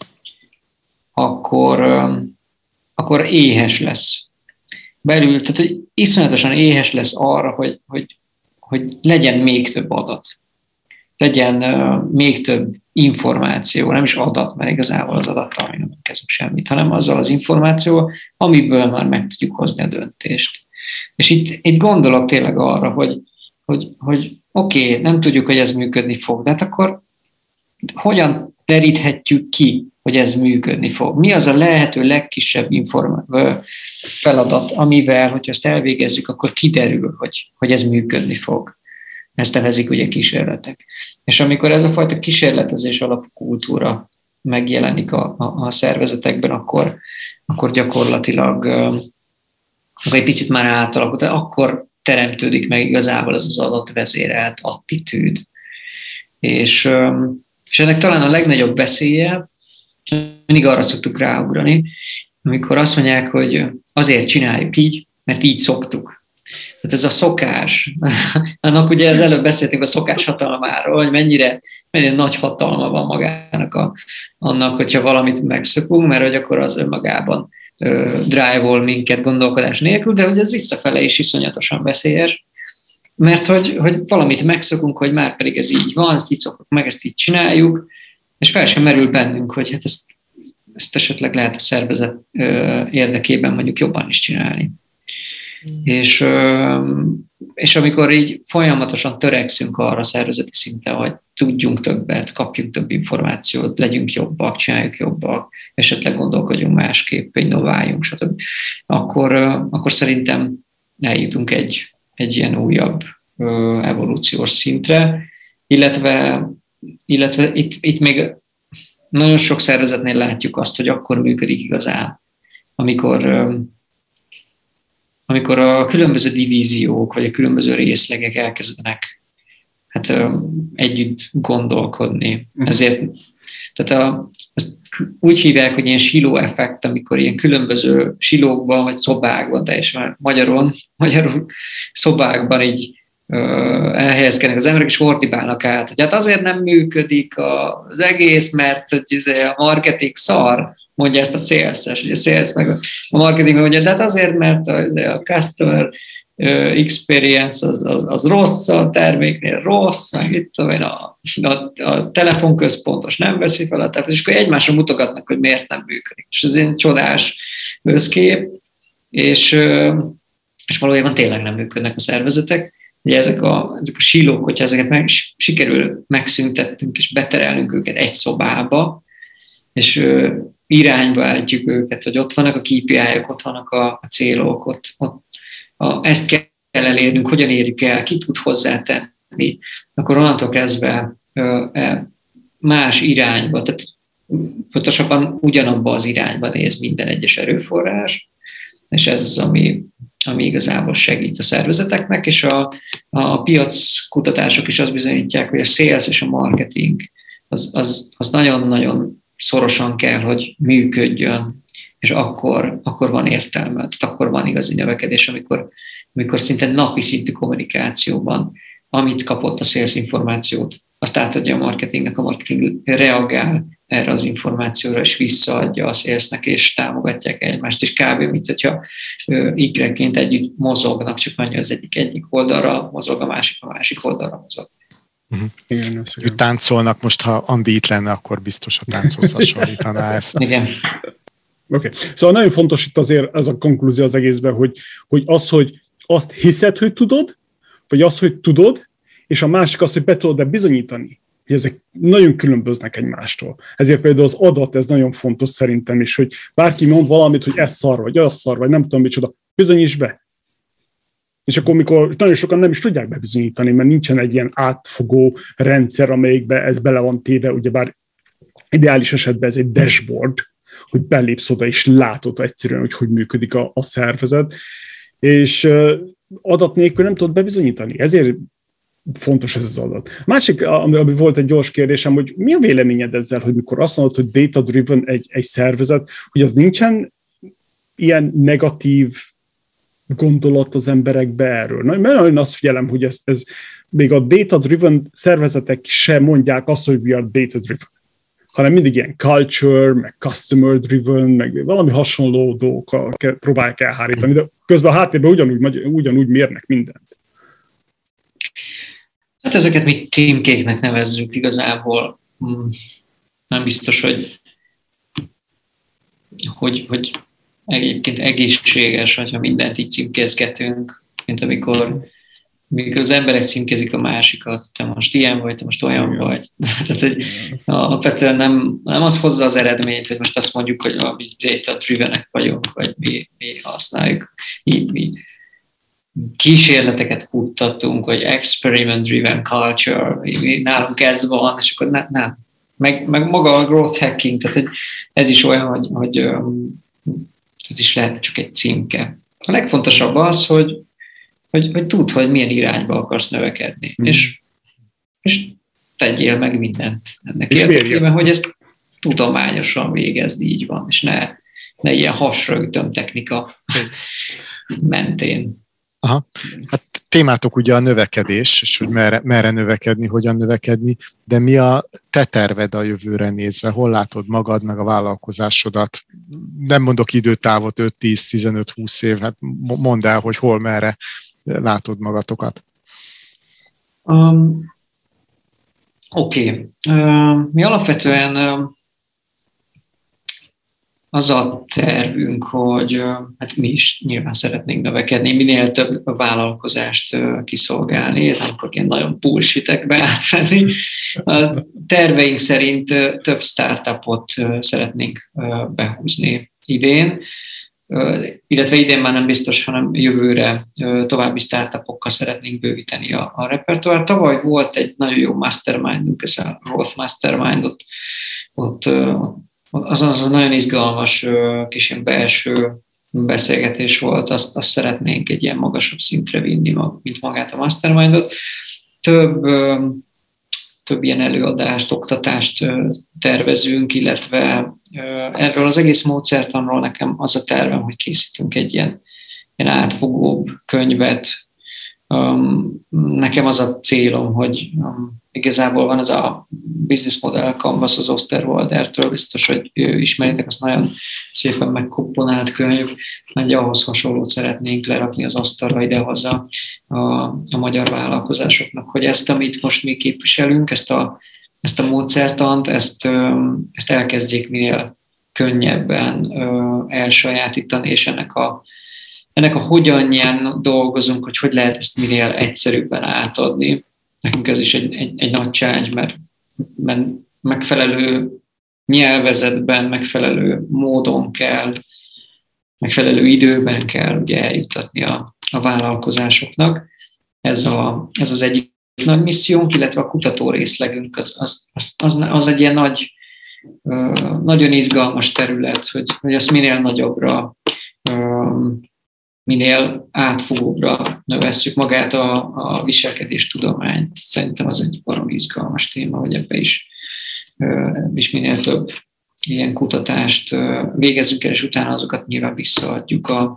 akkor éhes lesz. Belül, tehát hogy iszonyatosan éhes lesz arra, hogy legyen még több adat, legyen még több információ, nem is adat, mert igazából az adattal még nem kezdünk semmit, hanem azzal az információ, amiből már meg tudjuk hozni a döntést. És itt gondolok tényleg arra, hogy oké, nem tudjuk, hogy ez működni fog, de hát akkor hogyan deríthetjük ki, hogy ez működni fog? Mi az a lehető legkisebb feladat, amivel, hogyha ezt elvégezzük, akkor kiderül, hogy ez működni fog. Ezt nevezik ugye kísérletek. És amikor ez a fajta kísérletezés alapú kultúra megjelenik a szervezetekben, akkor gyakorlatilag akkor egy picit már átalakul, de akkor teremtődik meg igazából az adatvezérelt attitűd. És ennek talán a legnagyobb veszélye, mindig arra szoktuk ráugrani, amikor azt mondják, hogy azért csináljuk így, mert így szoktuk. Tehát ez a szokás, annak ugye előbb beszéltünk a szokás hatalmáról, hogy mennyire nagy hatalma van magának annak, hogyha valamit megszokunk, mert hogy akkor az önmagában drive-ol minket gondolkodás nélkül, de hogy ez visszafele is iszonyatosan veszélyes, mert hogy valamit megszokunk, hogy már pedig ez így van, ezt így szoktuk meg, ezt így csináljuk, és fel sem merül bennünk, hogy hát ezt esetleg lehet a szervezet érdekében mondjuk jobban is csinálni. És amikor így folyamatosan törekszünk arra a szervezeti szinten, hogy tudjunk többet, kapjunk több információt, legyünk jobbak, csináljuk jobbak, esetleg gondolkodjunk másképp, innováljunk, stb. Akkor szerintem eljutunk egy ilyen újabb evolúciós szintre, illetve itt még nagyon sok szervezetnél látjuk azt, hogy akkor működik igazán, amikor a különböző divíziók, vagy a különböző részlegek elkezdenek együtt gondolkodni. Ezért, tehát ezt úgy hívják, hogy ilyen siló effekt, amikor ilyen különböző silókban, vagy szobákban, teljesen magyarul szobákban így elhelyezkednek az emberek, és ordibálnak át, hogy hát azért nem működik az egész, mert a marketing szar, mondja ezt a sales-es, ugye a sales meg a marketing mondja, de hát azért, mert a customer experience az rossz, a terméknél rossz, meg itt a telefonközpontos nem veszi fel a telefon, és akkor egymásra mutogatnak, hogy miért nem működik. És ez egy csodás összkép, és valójában tényleg nem működnek a szervezetek. Ugye ezek a sílók, hogyha ezeket sikerül megszüntettünk, és beterelünk őket egy szobába, és irányba állítjuk őket, hogy ott vannak a KPI-ok, ott vannak a célok, ezt kell elérnünk, hogyan érjük el, ki tud hozzátenni, akkor onnantól kezdve más irányba, tehát pontosabban ugyanabba az irányba néz minden egyes erőforrás, és ez az, ami igazából segít a szervezeteknek, és a piackutatások is azt bizonyítják, hogy a sales és a marketing az nagyon-nagyon szorosan kell, hogy működjön, és akkor van értelme, tehát akkor van igazi növekedés, amikor szinte napi szintű kommunikációban, amit kapott a sales információt, azt átadja a marketingnek, a marketing reagál erre az információra, és visszaadja a salesnek, és támogatják egymást, és kb. Mint hogyha ikreként együtt mozognak, csak annyi az egyik oldalra mozog, a másik oldalra mozog. Igen, ők táncolnak, most ha Andi itt lenne, akkor biztos a tánchoz hasonlítaná ezt. Igen. Okay. Szóval nagyon fontos itt azért ez a konklúzió az egészben, hogy azt hiszed, hogy tudod, vagy az, hogy tudod, és a másik az, hogy be tudod-e bizonyítani, hogy ezek nagyon különböznek egymástól. Ezért például az adat, ez nagyon fontos szerintem is, hogy bárki mond valamit, hogy ez szar, vagy az szar, vagy nem tudom micsoda, bizonyíts be. És akkor, mikor nagyon sokan nem is tudják bebizonyítani, mert nincsen egy ilyen átfogó rendszer, amelyikbe ez bele van téve, ugyebár ideális esetben ez egy dashboard, hogy belépsz oda, és látod egyszerűen, hogy működik a szervezet, és adat nélkül nem tudod bebizonyítani. Ezért fontos ez az adat. Másik, ami volt egy gyors kérdésem, hogy mi a véleményed ezzel, hogy mikor azt mondod, hogy data-driven egy szervezet, hogy az nincsen ilyen negatív gondolat az emberekbe erről. Mert én azt figyelem, hogy ez még a data-driven szervezetek sem mondják azt, hogy we are data-driven, hanem mindig ilyen culture, meg customer-driven, meg valami hasonló dolgokkal próbálják elhárítani, de közben a háttérben ugyanúgy mérnek mindent. Hát ezeket mi címkéknek nevezzük igazából. Nem biztos, hogy egyébként egészséges, hogyha mindent így címkézgetünk, mint amikor az emberek címkézik a másikat, te most ilyen vagy, te most olyan vagy. Tehát, hogy alapvetően nem az hozza az eredményt, hogy most azt mondjuk, hogy mi data-drivenek vagyunk, vagy mi használjuk. Mi kísérleteket futtatunk, vagy experiment-driven culture, nálunk ez van, és akkor nem. Meg maga a growth hacking, tehát hogy ez is olyan, hogy ez is lehet csak egy címke. A legfontosabb az, hogy tudd, hogy milyen irányba akarsz növekedni, és tegyél meg mindent ennek érdekében, hogy ezt tudományosan végezni, így van, és ne ilyen hasraütöm technika mentén. Aha. Hát témátok ugye a növekedés, és hogy merre növekedni, hogyan növekedni, de mi a te terved a jövőre nézve? Hol látod magad, meg a vállalkozásodat? Nem mondok időtávot, 5, 10, 15, 20 év, hát mondd el, hogy hol, merre látod magatokat. Oké. Mi alapvetően az a tervünk, hogy hát mi is nyilván szeretnénk növekedni, minél több vállalkozást kiszolgálni, amikor ilyen nagyon bullshitekbe átvenni. A terveink szerint több startupot szeretnénk behúzni idén, illetve idén már nem biztos, hanem jövőre további startupokkal szeretnénk bővíteni a repertoár. Tavaly volt egy nagyon jó mastermindunk, ez a Growth Mastermind, ott az nagyon izgalmas kis ilyen belső beszélgetés volt, azt szeretnénk egy ilyen magasabb szintre vinni, mint magát a mastermindot. Több ilyen előadást, oktatást tervezünk, illetve erről az egész módszertanról nekem az a tervem, hogy készítünk egy ilyen átfogóbb könyvet, Nekem az a célom, hogy igazából van ez a business model canvas az Osterwaldertől, biztos, hogy ismeritek, azt nagyon szépen megkomponált könyv, mert ahhoz hasonlót szeretnénk lerakni az asztalra idehaza a magyar vállalkozásoknak, hogy ezt, amit most mi képviselünk, ezt a módszertant, ezt elkezdjék minél könnyebben elsajátítani, és ennek a hogyanján dolgozunk, hogy lehet ezt minél egyszerűbben átadni. Nekünk ez is egy nagy challenge, mert megfelelő nyelvezetben, megfelelő módon kell, megfelelő időben kell ugye eljutatni a vállalkozásoknak. Ez az egyik nagy missziónk, illetve a kutató részlegünk az egy ilyen nagyon izgalmas terület, hogy ezt minél nagyobbra, minél átfogóbbra növesszük magát a viselkedéstudományt. Szerintem az egy baromi izgalmas téma, hogy ebbe is minél több ilyen kutatást végezzük el, és utána azokat nyilván visszaadjuk a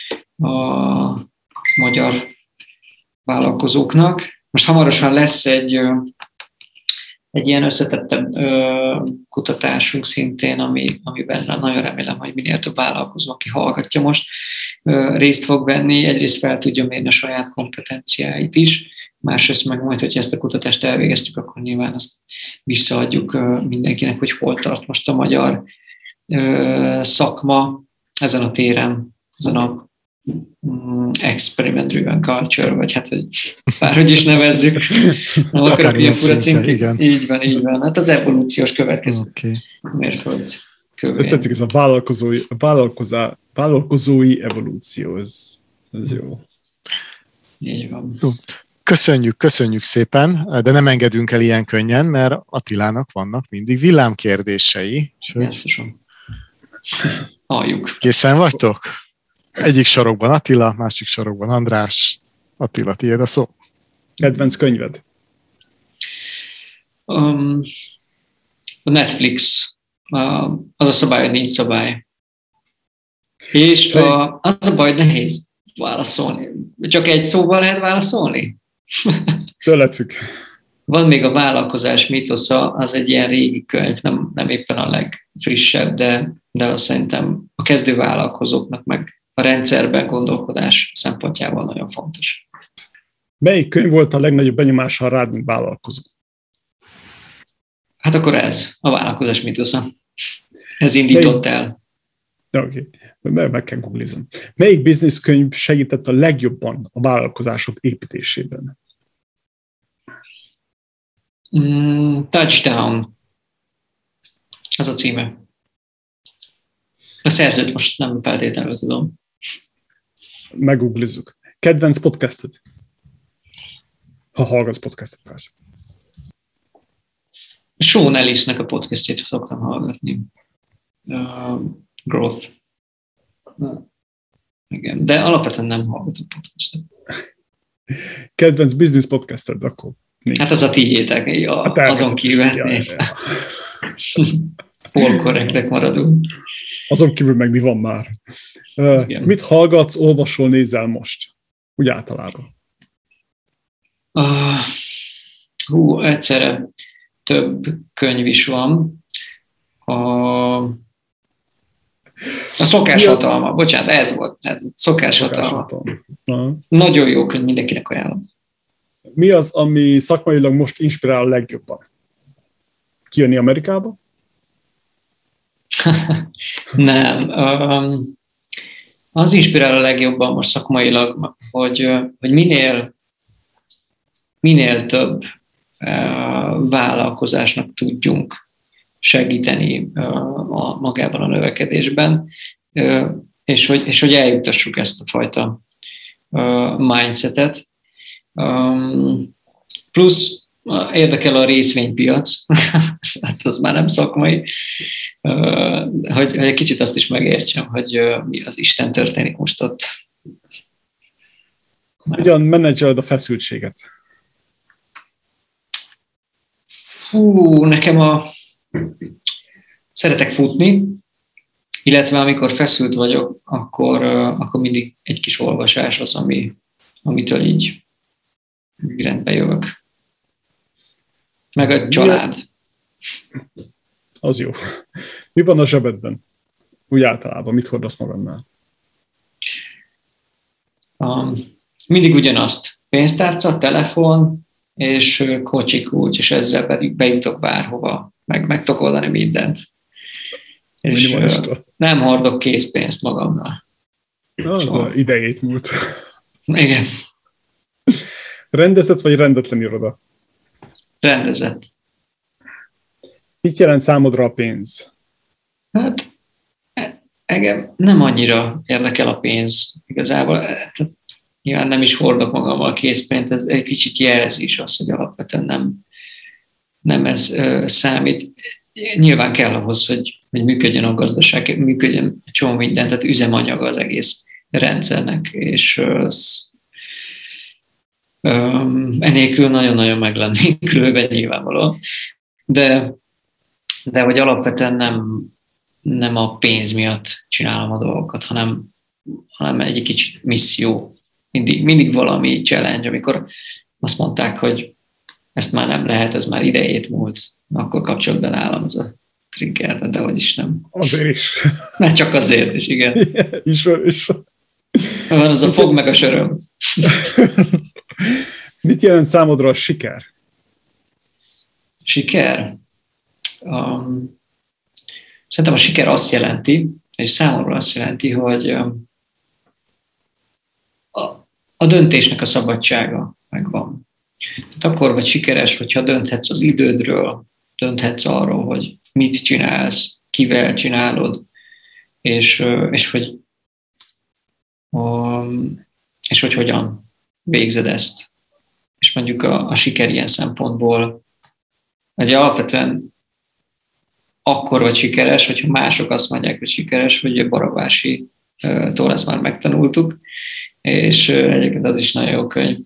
magyar vállalkozóknak. Most hamarosan lesz egy ilyen összetettebb kutatásunk szintén, amiben nagyon remélem, hogy minél több vállalkozó, aki hallgatja most, részt fog venni, egyrészt fel tudja mérni a saját kompetenciáit is, másrészt meg majd, hogyha ezt a kutatást elvégeztük, akkor nyilván azt visszaadjuk mindenkinek, hogy hol tart most a magyar szakma ezen a téren, ezen a experiment-driven culture, vagy hát, hogy bárhogy is nevezzük. Nem akarok ilyen fura címkét. Így van. Hát az evolúciós következő mérföld kövén. Ez tetszik, ez a vállalkozói evolúció, ez jó. Így van. Köszönjük szépen, de nem engedünk el ilyen könnyen, mert Attilának vannak mindig villámkérdései. Halljuk. Készen vagytok? Egyik sarokban Attila, másik sarokban András. Attila, tiéd a szó. Kedvenc könyved? A Netflix. Az a szabály, hogy 4 szabály. És az a baj, hogy nehéz válaszolni. Csak egy szóval lehet válaszolni? Tőled függ. Van még a vállalkozás mítosza, az egy ilyen régi könyv, nem éppen a legfrissebb, de azt szerintem a kezdő vállalkozóknak meg a rendszerben gondolkodás szempontjából nagyon fontos. Melyik könyv volt a legnagyobb benyomással rád, mint vállalkozó? Hát akkor ez, a vállalkozás mitosza. Ez indított el. Oké, meg kell googlizom. Melyik business könyv segített a legjobban a vállalkozások építésében? Touchdown. Ez a címe. A szerzőt most nem feltétlenül tudom. Meggooglizzuk. Kedvenc podcasted? Ha hallgatsz podcastet, persze. Sean Ellisnek a podcastjét szoktam hallgatni. Growth. Igen, de alapvetően nem hallgatom podcastet. Kedvenc business podcasted, akkor nincs. Hát az a tiétek, azon kívül. Polkorrektek maradunk. Azon kívül meg mi van már. Mit hallgatsz, olvasol, nézel most? Úgy általában. Egyszerre több könyv is van. A szokáshatalma. Bocsánat, ez volt. Szokáshatalma. Nagyon jó könyv, mindenkinek ajánlom. Mi az, ami szakmailag most inspirál a legjobban? Kijönni Amerikába? Nem. Az inspirál a legjobban most szakmailag, hogy minél több vállalkozásnak tudjunk segíteni magában a növekedésben, és hogy eljutassuk ezt a fajta mindsetet. Plusz érdekel a részvénypiac, hát az már nem szakmai, hogy egy kicsit azt is megértsem, hogy mi az Isten történik most ott. Hogyan menedzseled a feszültséget? Nekem szeretek futni, illetve amikor feszült vagyok, akkor mindig egy kis olvasás az, amitől így rendbe jövök. Meg a család. Az jó. Mi van a zsebedben? Úgy általában, mit hordasz magadnál? Mindig ugyanazt. Pénztárca, telefon és kocsikulcs, és ezzel pedig bejutok bárhova, meg tudok oldani mindent. És nem hordok készpénzt magamnál. Idejét múlt. Igen. Rendezett vagy rendetlen iroda? Rendezett. Mit jelent számodra a pénz? Hát engem nem annyira érdekel a pénz igazából. Nyilván nem is hordok magammal készpénzt, ez egy kicsit jelzi is azt, hogy alapvetően nem ez számít. Nyilván kell ahhoz, hogy működjön a gazdaság, működjön egy csomó minden, tehát üzemanyaga az egész rendszernek, és enélkül nagyon-nagyon meg lennénk lőve nyilvánvalóan. De hogy alapvetően nem a pénz miatt csinálom a dolgokat, hanem egy kicsit misszió. Mindig valami challenge, amikor azt mondták, hogy ezt már nem lehet, ez már idejét múlt, akkor kapcsolt be nálam ez a trigger, de hogy is nem. Azért is. Mert csak azért is, igen. Is. Van az a fog meg a söröm. Mit jelent számodra a siker? Siker? Szerintem a siker azt jelenti, és számomra azt jelenti, hogy a döntésnek a szabadsága megvan. Tehát akkor vagy sikeres, hogyha dönthetsz az idődről, dönthetsz arról, hogy mit csinálsz, kivel csinálod, és hogy hogyan végzed ezt. És mondjuk a siker ilyen szempontból, ugye alapvetően akkor vagy sikeres, hogyha mások azt mondják, hogy sikeres, hogy a Barabási-tól ezt már megtanultuk, és egyébként az is nagyon jó könyv.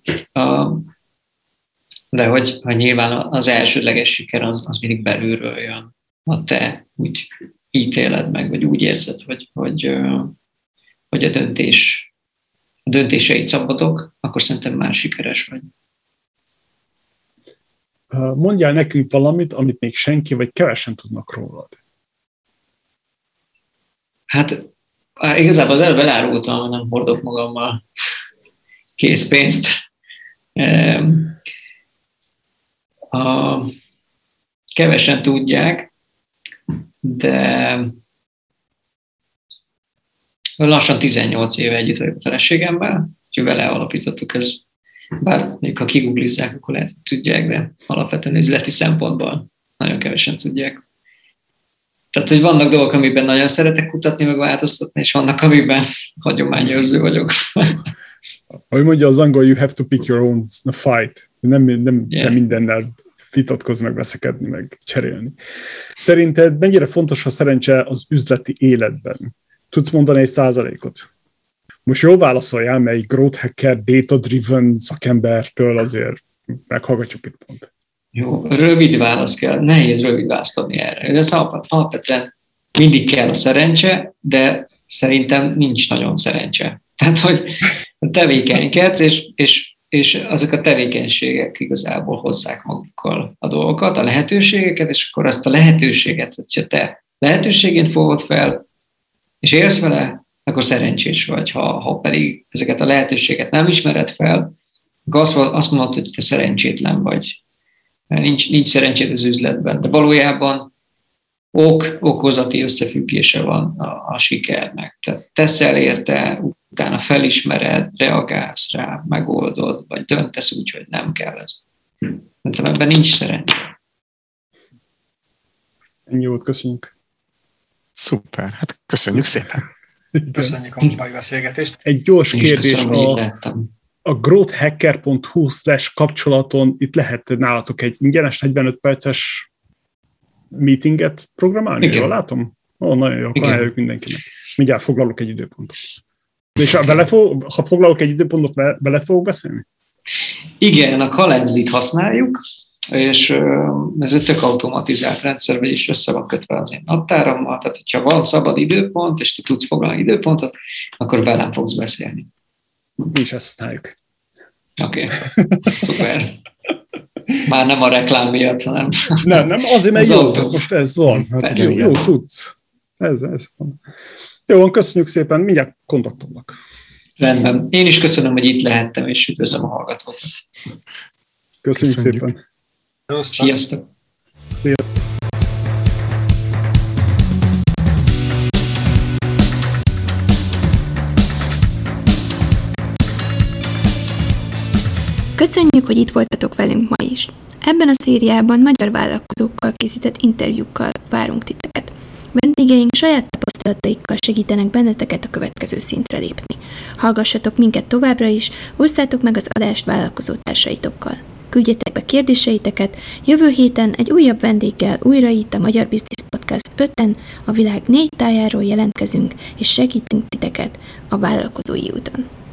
De hogy nyilván az elsődleges siker az mindig belülről jön. Ha te úgy ítéled meg, vagy úgy érzed, hogy a döntéseid szabadok, akkor szerintem már sikeres vagy. Mondjál nekünk valamit, amit még senki vagy kevesen tudnak rólad. Hát igazából az előbb elárultam, hogy nem hordok magammal készpénzt. Kevesen tudják, de lassan 18 éve együtt vagyok a feleségemmel, úgyhogy vele alapítottuk ezt. Bár még ha kiguglizzák, akkor lehet, hogy tudják, de alapvetően üzleti szempontból nagyon kevesen tudják. Tehát, hogy vannak dolgok, amiben nagyon szeretek kutatni, meg változtatni, és vannak, amiben hagyományőrző vagyok. Ahogy mondja az angol, you have to pick your own fight. Nem Yes. kell mindennel vitatkozni, meg veszekedni, meg cserélni. Szerinted mennyire fontos a szerencse az üzleti életben? Tudsz mondani egy százalékot? Most jól válaszoljál, mert egy growth hacker, data-driven szakembertől azért meghallgatjuk itt pont. Jó, rövid válasz kell, nehéz rövid választ adni erre. Ez alapvetően mindig kell a szerencse, de szerintem nincs nagyon szerencse. Tehát, hogy tevékenykedsz, és azok a tevékenységek igazából hozzák magukkal a dolgokat, a lehetőségeket, és akkor azt a lehetőséget, hogyha te lehetőségét fogod fel, és élsz vele, akkor szerencsés vagy. Ha pedig ezeket a lehetőséget nem ismered fel, akkor azt mondod, hogy te szerencsétlen vagy. Mert nincs szerencséd az üzletben. De valójában okozati összefüggése van a sikernek. Tehát teszel érte, utána felismered, reagálsz rá, megoldod, vagy döntesz úgy, hogy nem kell ez. Szerintem ebben nincs szerencse. Ennyi volt, köszönjük. Szuper, hát köszönjük szépen. Köszönjük a mai beszélgetést. Egy gyors kérdés, Köszönöm, a growthhacker.hu/kapcsolaton itt lehet nálatok egy ingyenes 45 perces meetinget programálni, igen. Jól látom? Nagyon jó, akkor ajánljuk mindenkinek. Mindjárt foglalok egy időpontot. És ha foglalok egy időpontot, bele fogok beszélni? Igen, a Calendly-t használjuk, és ez egy tök automatizált rendszer, vagyis össze van kötve az én naptárammal, tehát hogyha van szabad időpont, és te tudsz foglalni időpontot, akkor velem fogsz beszélni. Mi is ezt használjuk. Oké, szuper. Már nem a reklám miatt, hanem... Nem, azért, mert jó, most ez van. Hát jó cucc. Ez van. Jó, köszönjük szépen, mindjárt kontaktolnak. Rendben. Én is köszönöm, hogy itt lehettem, és üdvözlöm a hallgatókat. Köszönjük szépen. Sziasztok. Sziasztok. Köszönjük, hogy itt voltatok velünk ma is. Ebben a szériában magyar vállalkozókkal készített interjúkkal várunk titeket. Vendégeink saját tapasztalataikkal segítenek benneteket a következő szintre lépni. Hallgassatok minket továbbra is, osszátok meg az adást vállalkozó társaitokkal. Küldjetek be kérdéseiteket, jövő héten egy újabb vendéggel újra itt a Magyar Business Podcast 5-en a világ 4 tájáról jelentkezünk, és segítünk titeket a vállalkozói úton.